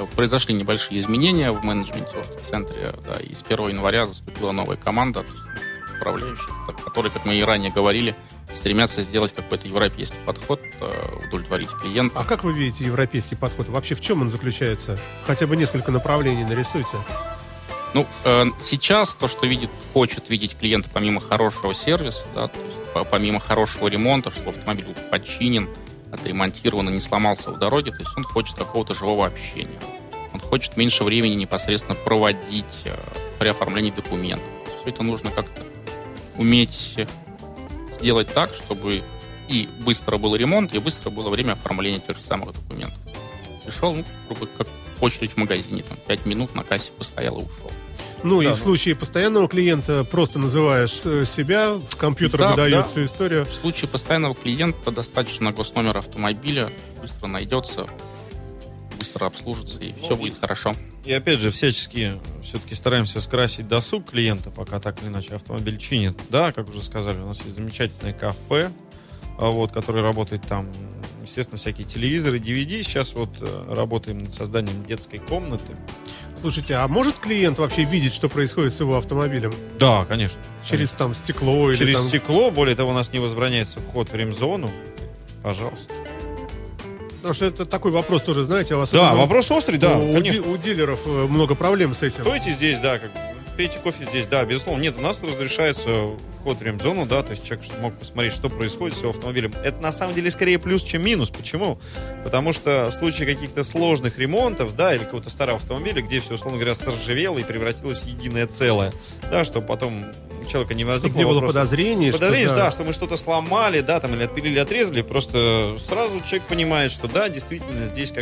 произошли небольшие изменения в менеджменте в автоцентре, да, и с 1 января заступила новая команда, управляющая, которые, как мы и ранее говорили, стремятся сделать какой-то европейский подход, удовлетворить клиента. А как вы видите европейский подход? Вообще в чем он заключается? Хотя бы несколько направлений нарисуйте. Ну, сейчас то, что хочет видеть клиент помимо хорошего сервиса, да, то есть, помимо хорошего ремонта, чтобы автомобиль был починен, отремонтирован и не сломался в дороге, то есть он хочет какого-то живого общения. Он хочет меньше времени непосредственно проводить при оформлении документов. Все это нужно как-то уметь сделать так, чтобы и быстро был ремонт, и быстро было время оформления тех же самых документов. Пришел, грубо как очередь в магазине, 5 минут на кассе постоял и ушел. Ну, и в случае постоянного клиента просто называешь себя, компьютер выдает всю историю. В случае постоянного клиента достаточно госномера автомобиля, быстро найдется, быстро обслужится, и все будет хорошо. И опять же, всячески все-таки стараемся скрасить досуг клиента, пока так или иначе автомобиль чинит. Да, как уже сказали, у нас есть замечательное кафе, который работает там, естественно, всякие телевизоры, DVD. Сейчас работаем над созданием детской комнаты. Слушайте, а может клиент вообще видеть, что происходит с его автомобилем? Да, конечно. Через там стекло? Через или стекло, более того, у нас не возбраняется вход в ремзону. Пожалуйста. Потому что это такой вопрос тоже, знаете, у вас... Да, вопрос острый, да, конечно. У дилеров много проблем с этим. Стойте здесь, да, пейте кофе здесь, да, безусловно. Нет, у нас разрешается вход в ремзону, да, то есть человек мог посмотреть, что происходит с его автомобилем. Это на самом деле скорее плюс, чем минус. Почему? Потому что в случае каких-то сложных ремонтов, да, или какого-то старого автомобиля, где все, условно говоря, соржавело и превратилось в единое целое, да, чтобы потом у человека не возникло чтобы не было подозрений. Что мы что-то сломали, да, там, или отпилили, отрезали, просто сразу человек понимает, что да, действительно, здесь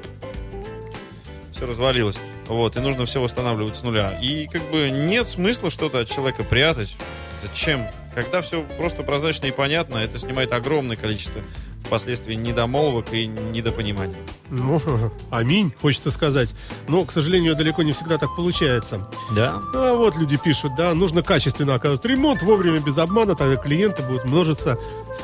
все развалилось. И нужно все восстанавливать с нуля. И нет смысла что-то от человека прятать. Зачем? Когда все просто прозрачно и понятно, это снимает огромное количество впоследствии недомолвок и недопониманий. Ну, аминь, хочется сказать. Но, к сожалению, далеко не всегда так получается. Да. А люди пишут, да, нужно качественно оказывать ремонт, вовремя, без обмана, тогда клиенты будут множиться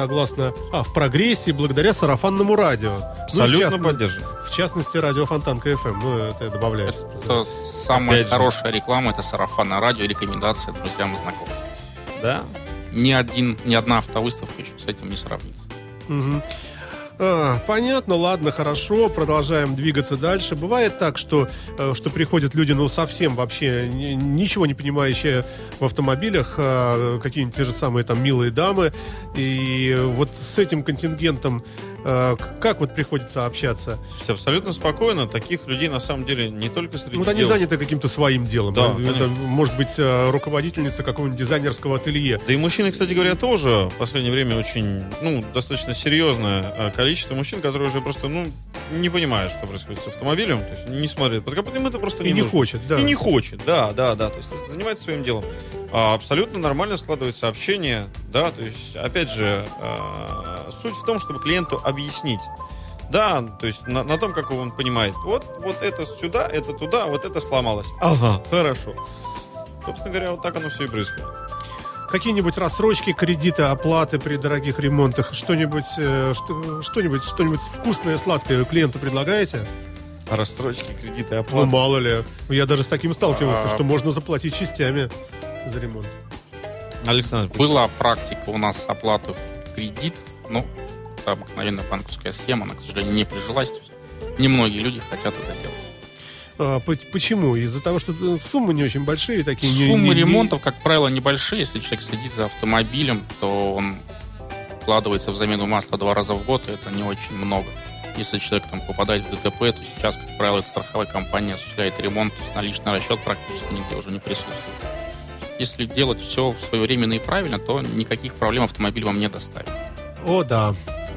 в прогрессии благодаря сарафанному радио. Абсолютно поддерживаю. В частности, радио Фонтан КФМ. Это я добавляю. Это самая хорошая реклама, это сарафанное радио и рекомендация друзьям и знакомым. Да. Ни одна автовыставка еще с этим не сравнится. Угу. Понятно, ладно, хорошо, продолжаем двигаться дальше. Бывает так, что приходят люди, совсем вообще ничего не понимающие в автомобилях, какие-нибудь те же самые там милые дамы, и с этим контингентом как приходится общаться? Абсолютно спокойно. Таких людей на самом деле не только среди девушек. Они заняты каким-то своим делом. Да, это может быть руководительница какого-нибудь дизайнерского ателье. Да и мужчины, кстати говоря, тоже в последнее время очень, достаточно серьезное количество мужчин, которые уже просто, не понимают, что происходит с автомобилем, то есть не смотрят под капот, им это просто не нужно. Хочет, да. И не хочет, да, то есть занимается своим делом. Абсолютно нормально складывается общение, да, то есть, опять же, суть в том, чтобы клиенту объяснить, да, то есть на том, как он понимает, вот это сюда, это туда, вот это сломалось. Ага, хорошо. Собственно говоря, так оно все и происходит. Какие-нибудь рассрочки, кредиты, оплаты при дорогих ремонтах, что-нибудь вкусное, сладкое клиенту предлагаете? Рассрочки, кредиты, оплаты. Мало ли. Я даже с таким сталкивался, что можно заплатить частями за ремонт. Александр. Была практика у нас оплаты в кредит, это обыкновенная банковская схема, она, к сожалению, не прижилась. Немногие люди хотят это делать. Почему? Из-за того, что суммы не очень большие такие? Суммы ремонтов, как правило, небольшие. Если человек следит за автомобилем, то он вкладывается в замену масла 2 раза в год, и это не очень много. Если человек попадает в ДТП, то сейчас, как правило, эта страховая компания осуществляет ремонт, то есть наличный расчет практически нигде уже не присутствует. Если делать все своевременно и правильно, то никаких проблем автомобиль вам не доставит. О да.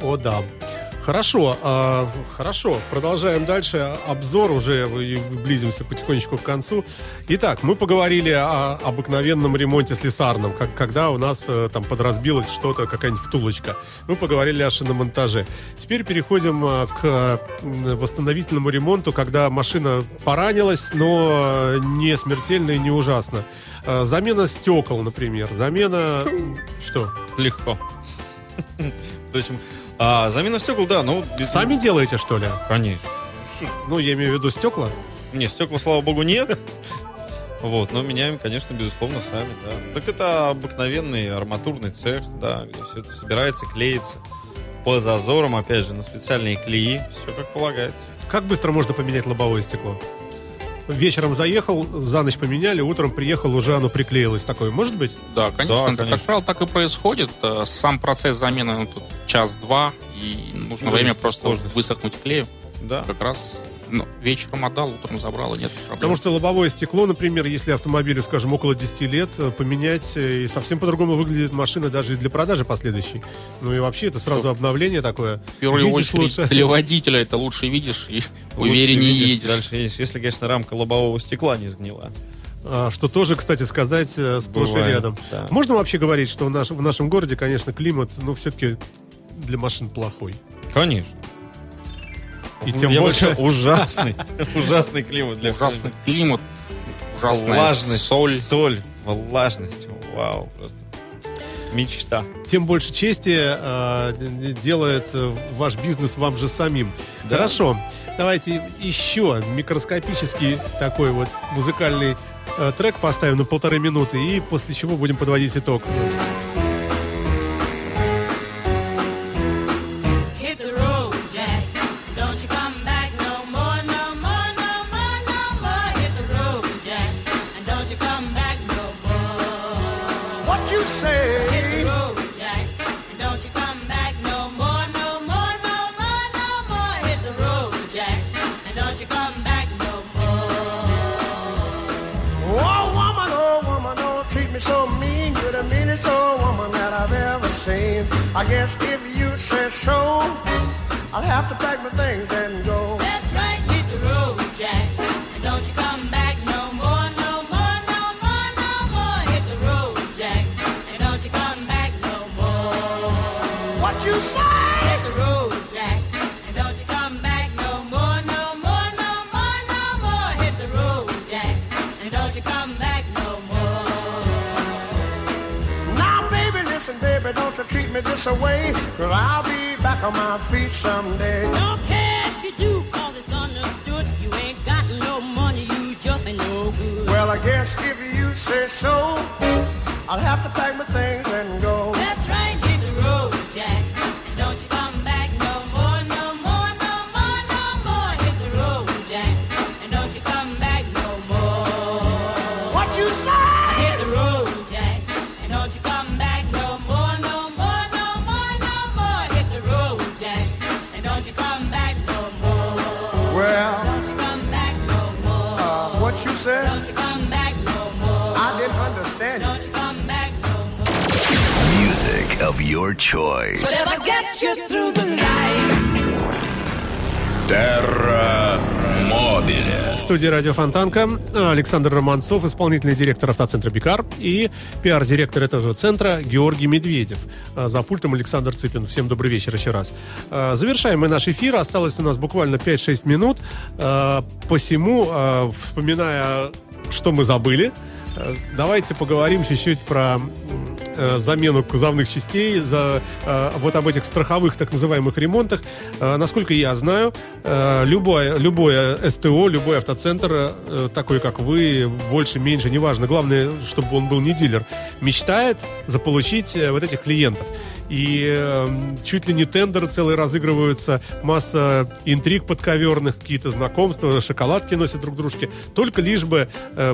Хорошо, продолжаем дальше. Обзор, уже близимся потихонечку к концу. Итак, мы поговорили о обыкновенном ремонте слесарном, когда у нас там подразбилось что-то, какая-нибудь втулочка. Мы поговорили о шиномонтаже. Теперь переходим к восстановительному ремонту, когда машина поранилась, но не смертельно и не ужасно. Замена стекол, например. Что? Легко. В общем, замена стекол, да, Сами делаете, что ли? Конечно. Ну, я имею в виду стекла. Не, стекла, слава богу, нет. Вот, но меняем, конечно, безусловно, сами, да. Так это обыкновенный арматурный цех, да, где все это собирается, клеится по зазорам, опять же, на специальные клеи. Все как полагается. Как быстро можно поменять лобовое стекло? Вечером заехал, за ночь поменяли, утром приехал, уже оно приклеилось. Такое может быть? Да, конечно. Да, конечно. Как правило, так и происходит. Сам процесс замены тут час-два, и нужно время просто высохнуть клеем. Да. Как раз вечером отдал, утром забрал, и нет проблем. Потому что лобовое стекло, например, если автомобилю, скажем, около 10 лет, поменять, и совсем по-другому выглядит машина даже и для продажи последующей. Ну и вообще это сразу обновление такое. В первую Видишь очередь лучше. для водителя это лучше видишь и Лучше увереннее видишь, едешь. Дальше едешь. Если, конечно, рамка лобового стекла не сгнила. Что тоже, кстати сказать, сплошь и Бывает, рядом. да. Можно вообще говорить, что в нашем городе, конечно, климат, все-таки для машин плохой? Конечно. И тем Я больше... бы сказал, ужасный климат для Ужасный климат, ужасная влажность, соль. влажность. Вау, просто мечта. Тем больше чести делает ваш бизнес вам же самим. Да. Хорошо, давайте еще микроскопический такой вот музыкальный трек поставим на 1,5 минуты, и после чего будем подводить итог. I guess if you say so, I'll have to pack my things and go. That's right, hit the road, Jack. And don't you come back no more, no more, no more, no more. Hit the road, Jack. And don't you come back no more. What you say? Hit the road, Jack. And don't you come back no more, no more, no more, no more. Hit the road, Jack. And don't you come back no more. Now, baby, listen, baby, don't you treat me this away, 'cause I'll be back on my feet someday. Don't care if you do, 'cause it's understood. You ain't got no money, you just ain't no good. Well, I guess if you say so, I'll have to pack my things and go. That's right, hit the road, Jack. And don't you come back no more, no more, no more, no more. Hit the road, Jack. And don't you come back no more. What you say? Hit the road, Jack. And don't you come back no more, no more, no more, no more. Hit the road, Jack. And don't you come back no more. Well, don't you come back no more. What you said? Don't you come back no more. I didn't understand. Don't you come back no more. Music of your choice. Whatever gets you through the night. Terra Mobile. В студии «Радио Фонтанка» Александр Романцов, исполнительный директор автоцентра «Бикар», и пиар-директор этого же центра Георгий Медведев. За пультом Александр Цыпин. Всем добрый вечер еще раз. Завершаем мы наш эфир. Осталось у нас буквально 5-6 минут. Посему, вспоминая, что мы забыли, давайте поговорим чуть-чуть про замену кузовных частей, вот об этих страховых так называемых ремонтах. Насколько я знаю, любое СТО, любой автоцентр, такой как вы, больше, меньше, неважно, главное, чтобы он был не дилер, мечтает заполучить вот этих клиентов. И чуть ли не тендеры целые разыгрываются, масса интриг подковерных, какие-то знакомства, шоколадки носят друг дружке, только лишь бы,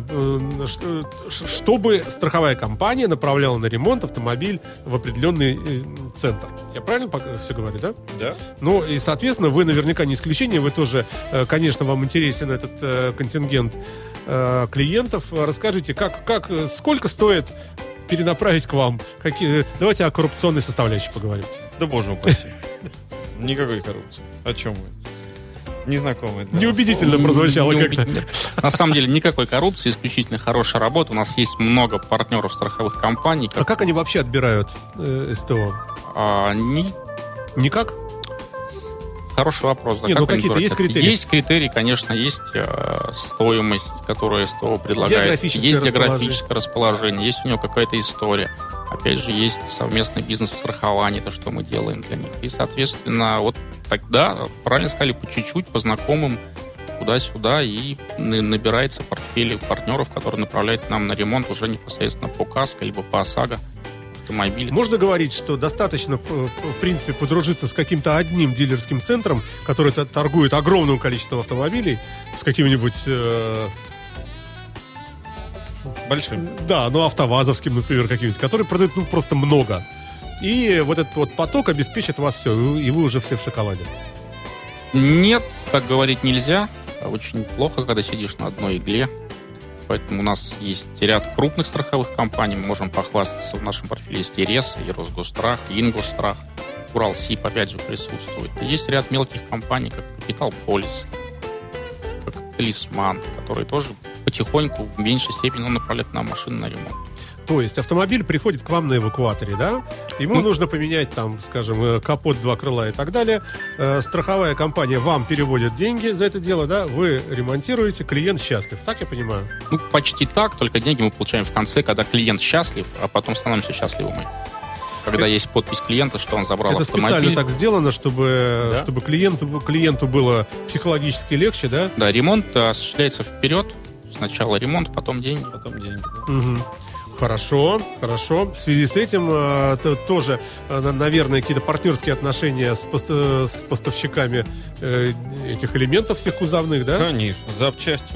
чтобы страховая компания направляла на ремонт автомобиль в определенный центр. Я правильно все говорю, да? Да. Ну, и, соответственно, вы наверняка не исключение, вы тоже, конечно, вам интересен этот контингент клиентов. Расскажите, сколько стоит перенаправить к вам? Давайте о коррупционной составляющей поговорим. Да боже упаси. Никакой коррупции. О чем вы? Незнакомые. Неубедительно прозвучало как-то. На самом деле никакой коррупции, исключительно хорошая работа. У нас есть много партнеров страховых компаний. А как они вообще отбирают СТО? Никак? Хороший вопрос. Да. Нет, какие-то есть критерии? Есть критерии, конечно, есть стоимость, которую СТО предлагает. Есть географическое расположение, есть у него какая-то история. Опять же, есть совместный бизнес в страховании, то, что мы делаем для них. И, соответственно, вот тогда, правильно сказали, по чуть-чуть, по знакомым туда-сюда, и набирается портфель партнеров, которые направляют к нам на ремонт уже непосредственно по КАСКО, либо по ОСАГО автомобилей. Можно говорить, что достаточно, в принципе, подружиться с каким-то одним дилерским центром, который торгует огромным количеством автомобилей, с каким-нибудь... Большим. Да, АвтоВАЗовским, например, каким-нибудь, который продает просто много. И вот этот вот поток обеспечит вас все, и вы уже все в шоколаде. Нет, так говорить нельзя. Очень плохо, когда сидишь на одной игле. Поэтому у нас есть ряд крупных страховых компаний. Мы можем похвастаться, в нашем портфеле есть и РЕС, и Росгосстрах, и Ингосстрах. Уралсиб, опять же, присутствует. И есть ряд мелких компаний, как Капитал Полис, как Талисман, которые тоже потихоньку в меньшей степени направляют нам машины на ремонт. То есть автомобиль приходит к вам на эвакуаторе, да? Ему нужно поменять, там, скажем, капот, два крыла и так далее. Страховая компания вам переводит деньги за это дело, да? Вы ремонтируете, клиент счастлив. Так я понимаю? Почти так, только деньги мы получаем в конце, когда клиент счастлив, а потом становимся счастливы мы. Когда есть подпись клиента, что он забрал это автомобиль. Это специально так сделано, чтобы клиенту было психологически легче, да? Да, ремонт осуществляется вперед. Сначала ремонт, потом деньги. Потом деньги. Угу. Хорошо. В связи с этим тоже, наверное, какие-то партнерские отношения с поставщиками этих элементов всех кузовных, да? Конечно. Запчасти.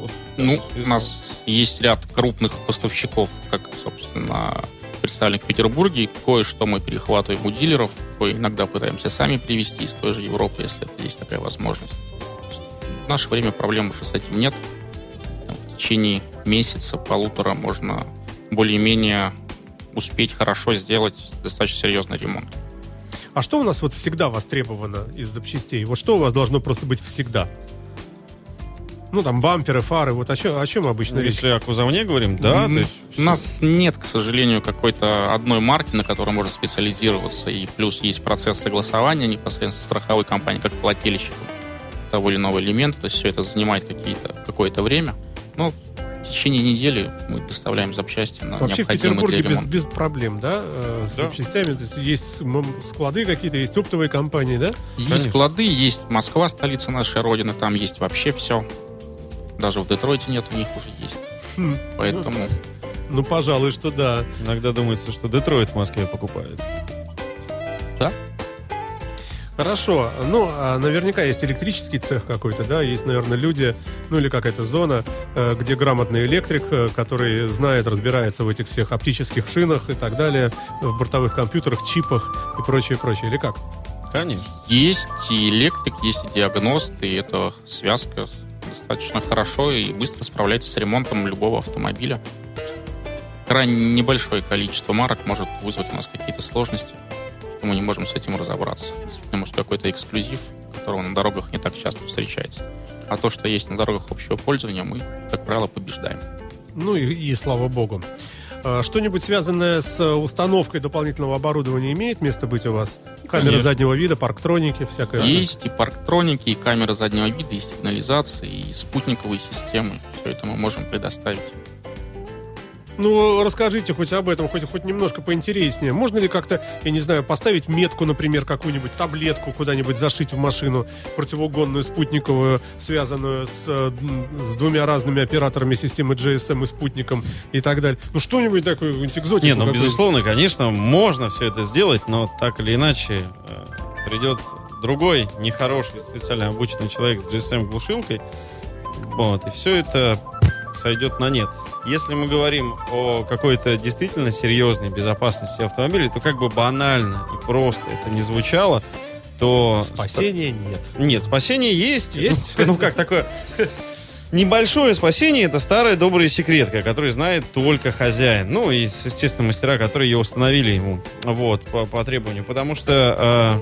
У нас есть ряд крупных поставщиков, как, собственно, представленных в Петербурге. Кое-что мы перехватываем у дилеров, иногда пытаемся сами привезти из той же Европы, если это есть такая возможность. В наше время проблем уже с этим нет. В течение месяца, полутора можно более-менее успеть хорошо сделать достаточно серьезный ремонт. А что у нас вот всегда востребовано из запчастей? Вот что у вас должно просто быть всегда? Там бамперы, фары, вот о чем обычно речь? Если о кузовне говорим, да. У нас нет, к сожалению, какой-то одной марки, на которой можно специализироваться, и плюс есть процесс согласования непосредственно с страховой компанией, как плательщиком того или иного элемента, то есть все это занимает какое-то время, но в течение недели мы доставляем запчасти на вообще необходимый для ремонта. Вообще в Петербурге без проблем, да, с запчастями? То есть склады какие-то, есть оптовые компании, да? Есть склады, есть Москва, столица нашей Родины, там есть вообще все. Даже в Детройте нет, у них уже есть. Поэтому... пожалуй, что да. Иногда думается, что Детройт в Москве покупает. Да? Хорошо. Наверняка есть электрический цех какой-то, да? Есть, наверное, люди, или какая-то зона, где грамотный электрик, который знает, разбирается в этих всех оптических шинах и так далее, в бортовых компьютерах, чипах и прочее, или как? Конечно. Есть и электрик, есть и диагност, и эта связка достаточно хорошо и быстро справляется с ремонтом любого автомобиля. Крайне небольшое количество марок может вызвать у нас какие-то сложности, что мы не можем с этим разобраться. Действительно, может, какой-то эксклюзив, которого на дорогах не так часто встречается. А то, что есть на дорогах общего пользования, мы, как правило, побеждаем. И слава богу. Что-нибудь связанное с установкой дополнительного оборудования имеет место быть у вас? Камеры заднего вида, парктроники, всякое? Есть и парктроники, и камеры заднего вида, и сигнализации, и спутниковые системы. Все это мы можем предоставить. Расскажите хоть об этом, хоть немножко поинтереснее. Можно ли как-то, я не знаю, поставить метку, например, какую-нибудь таблетку куда-нибудь зашить в машину, противоугонную, спутниковую, связанную с двумя разными операторами системы GSM и спутником и так далее? Что-нибудь такое, экзотику. Безусловно, конечно, можно все это сделать, но так или иначе придет другой, нехороший, специально обученный человек с GSM-глушилкой, и все это сойдет на нет. Если мы говорим о какой-то действительно серьезной безопасности автомобиля, то как бы банально и просто это не звучало, то... Спасения нет. Нет, спасение есть. Как такое... Небольшое спасение — это старая добрая секретка, которую знает только хозяин. И, естественно, мастера, которые ее установили ему по требованию. Потому что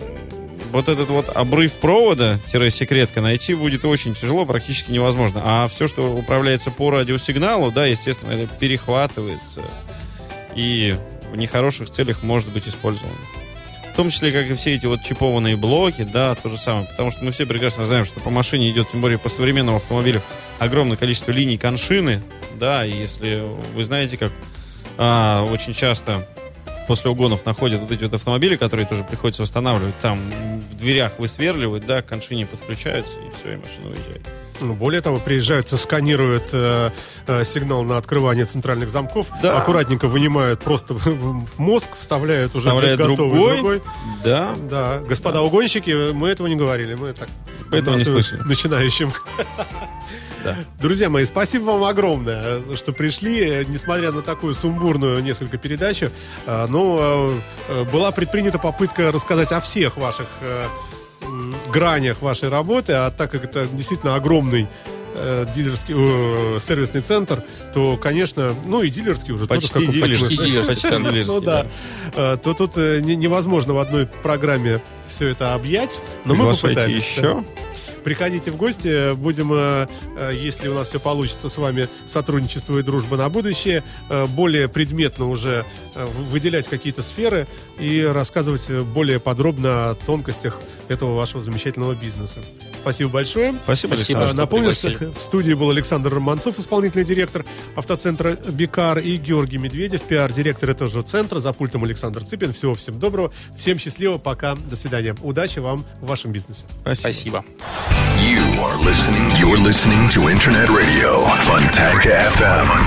этот обрыв провода-секретка найти будет очень тяжело, практически невозможно. А все, что управляется по радиосигналу, естественно, это перехватывается и в нехороших целях может быть использовано. В том числе, как и все эти чипованные блоки, то же самое. Потому что мы все прекрасно знаем, что по машине идет, тем более по современному автомобилю, огромное количество линий коншины. И если вы знаете, как очень часто после угонов находят вот эти вот автомобили, которые тоже приходится восстанавливать. Там в дверях высверливают, да, к коншине подключаются, и все, и машина уезжает. Более того, приезжают, сканируют сигнал на открывание центральных замков, Да. аккуратненько вынимают просто в мозг, вставляют уже готовый другой. Да. Да. Господа угонщики, мы этого не говорили, мы так Этого не слышали. начинающим. Да. Друзья мои, спасибо вам огромное, что пришли, несмотря на такую сумбурную несколько передачу, но была предпринята попытка рассказать о всех ваших гранях вашей работы, а так как это действительно огромный дилерский, сервисный центр, то, конечно, ну и дилерский уже. Почти тоже в каком-то дилерский. смысле. Почти дилерский, Ну да. То тут невозможно в одной программе все это объять, но мы Приглашайте попытаемся. еще. Приходите в гости, будем, если у нас все получится с вами, сотрудничество и дружба на будущее, более предметно уже выделять какие-то сферы и рассказывать более подробно о тонкостях этого вашего замечательного бизнеса. Спасибо большое. Спасибо, Спасибо. Александр. что Напомню, пригласили. в студии был Александр Романцов, исполнительный директор автоцентра «Бикар», и Георгий Медведев, пиар-директор этого же центра. За пультом Александр Цыпин. Всего всем доброго. Всем счастливо. Пока. До свидания. Удачи вам в вашем бизнесе. Спасибо. You're listening to Internet Radio, Funtank FM.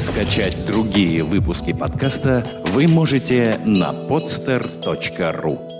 Скачать другие выпуски подкаста вы можете на podster.ru.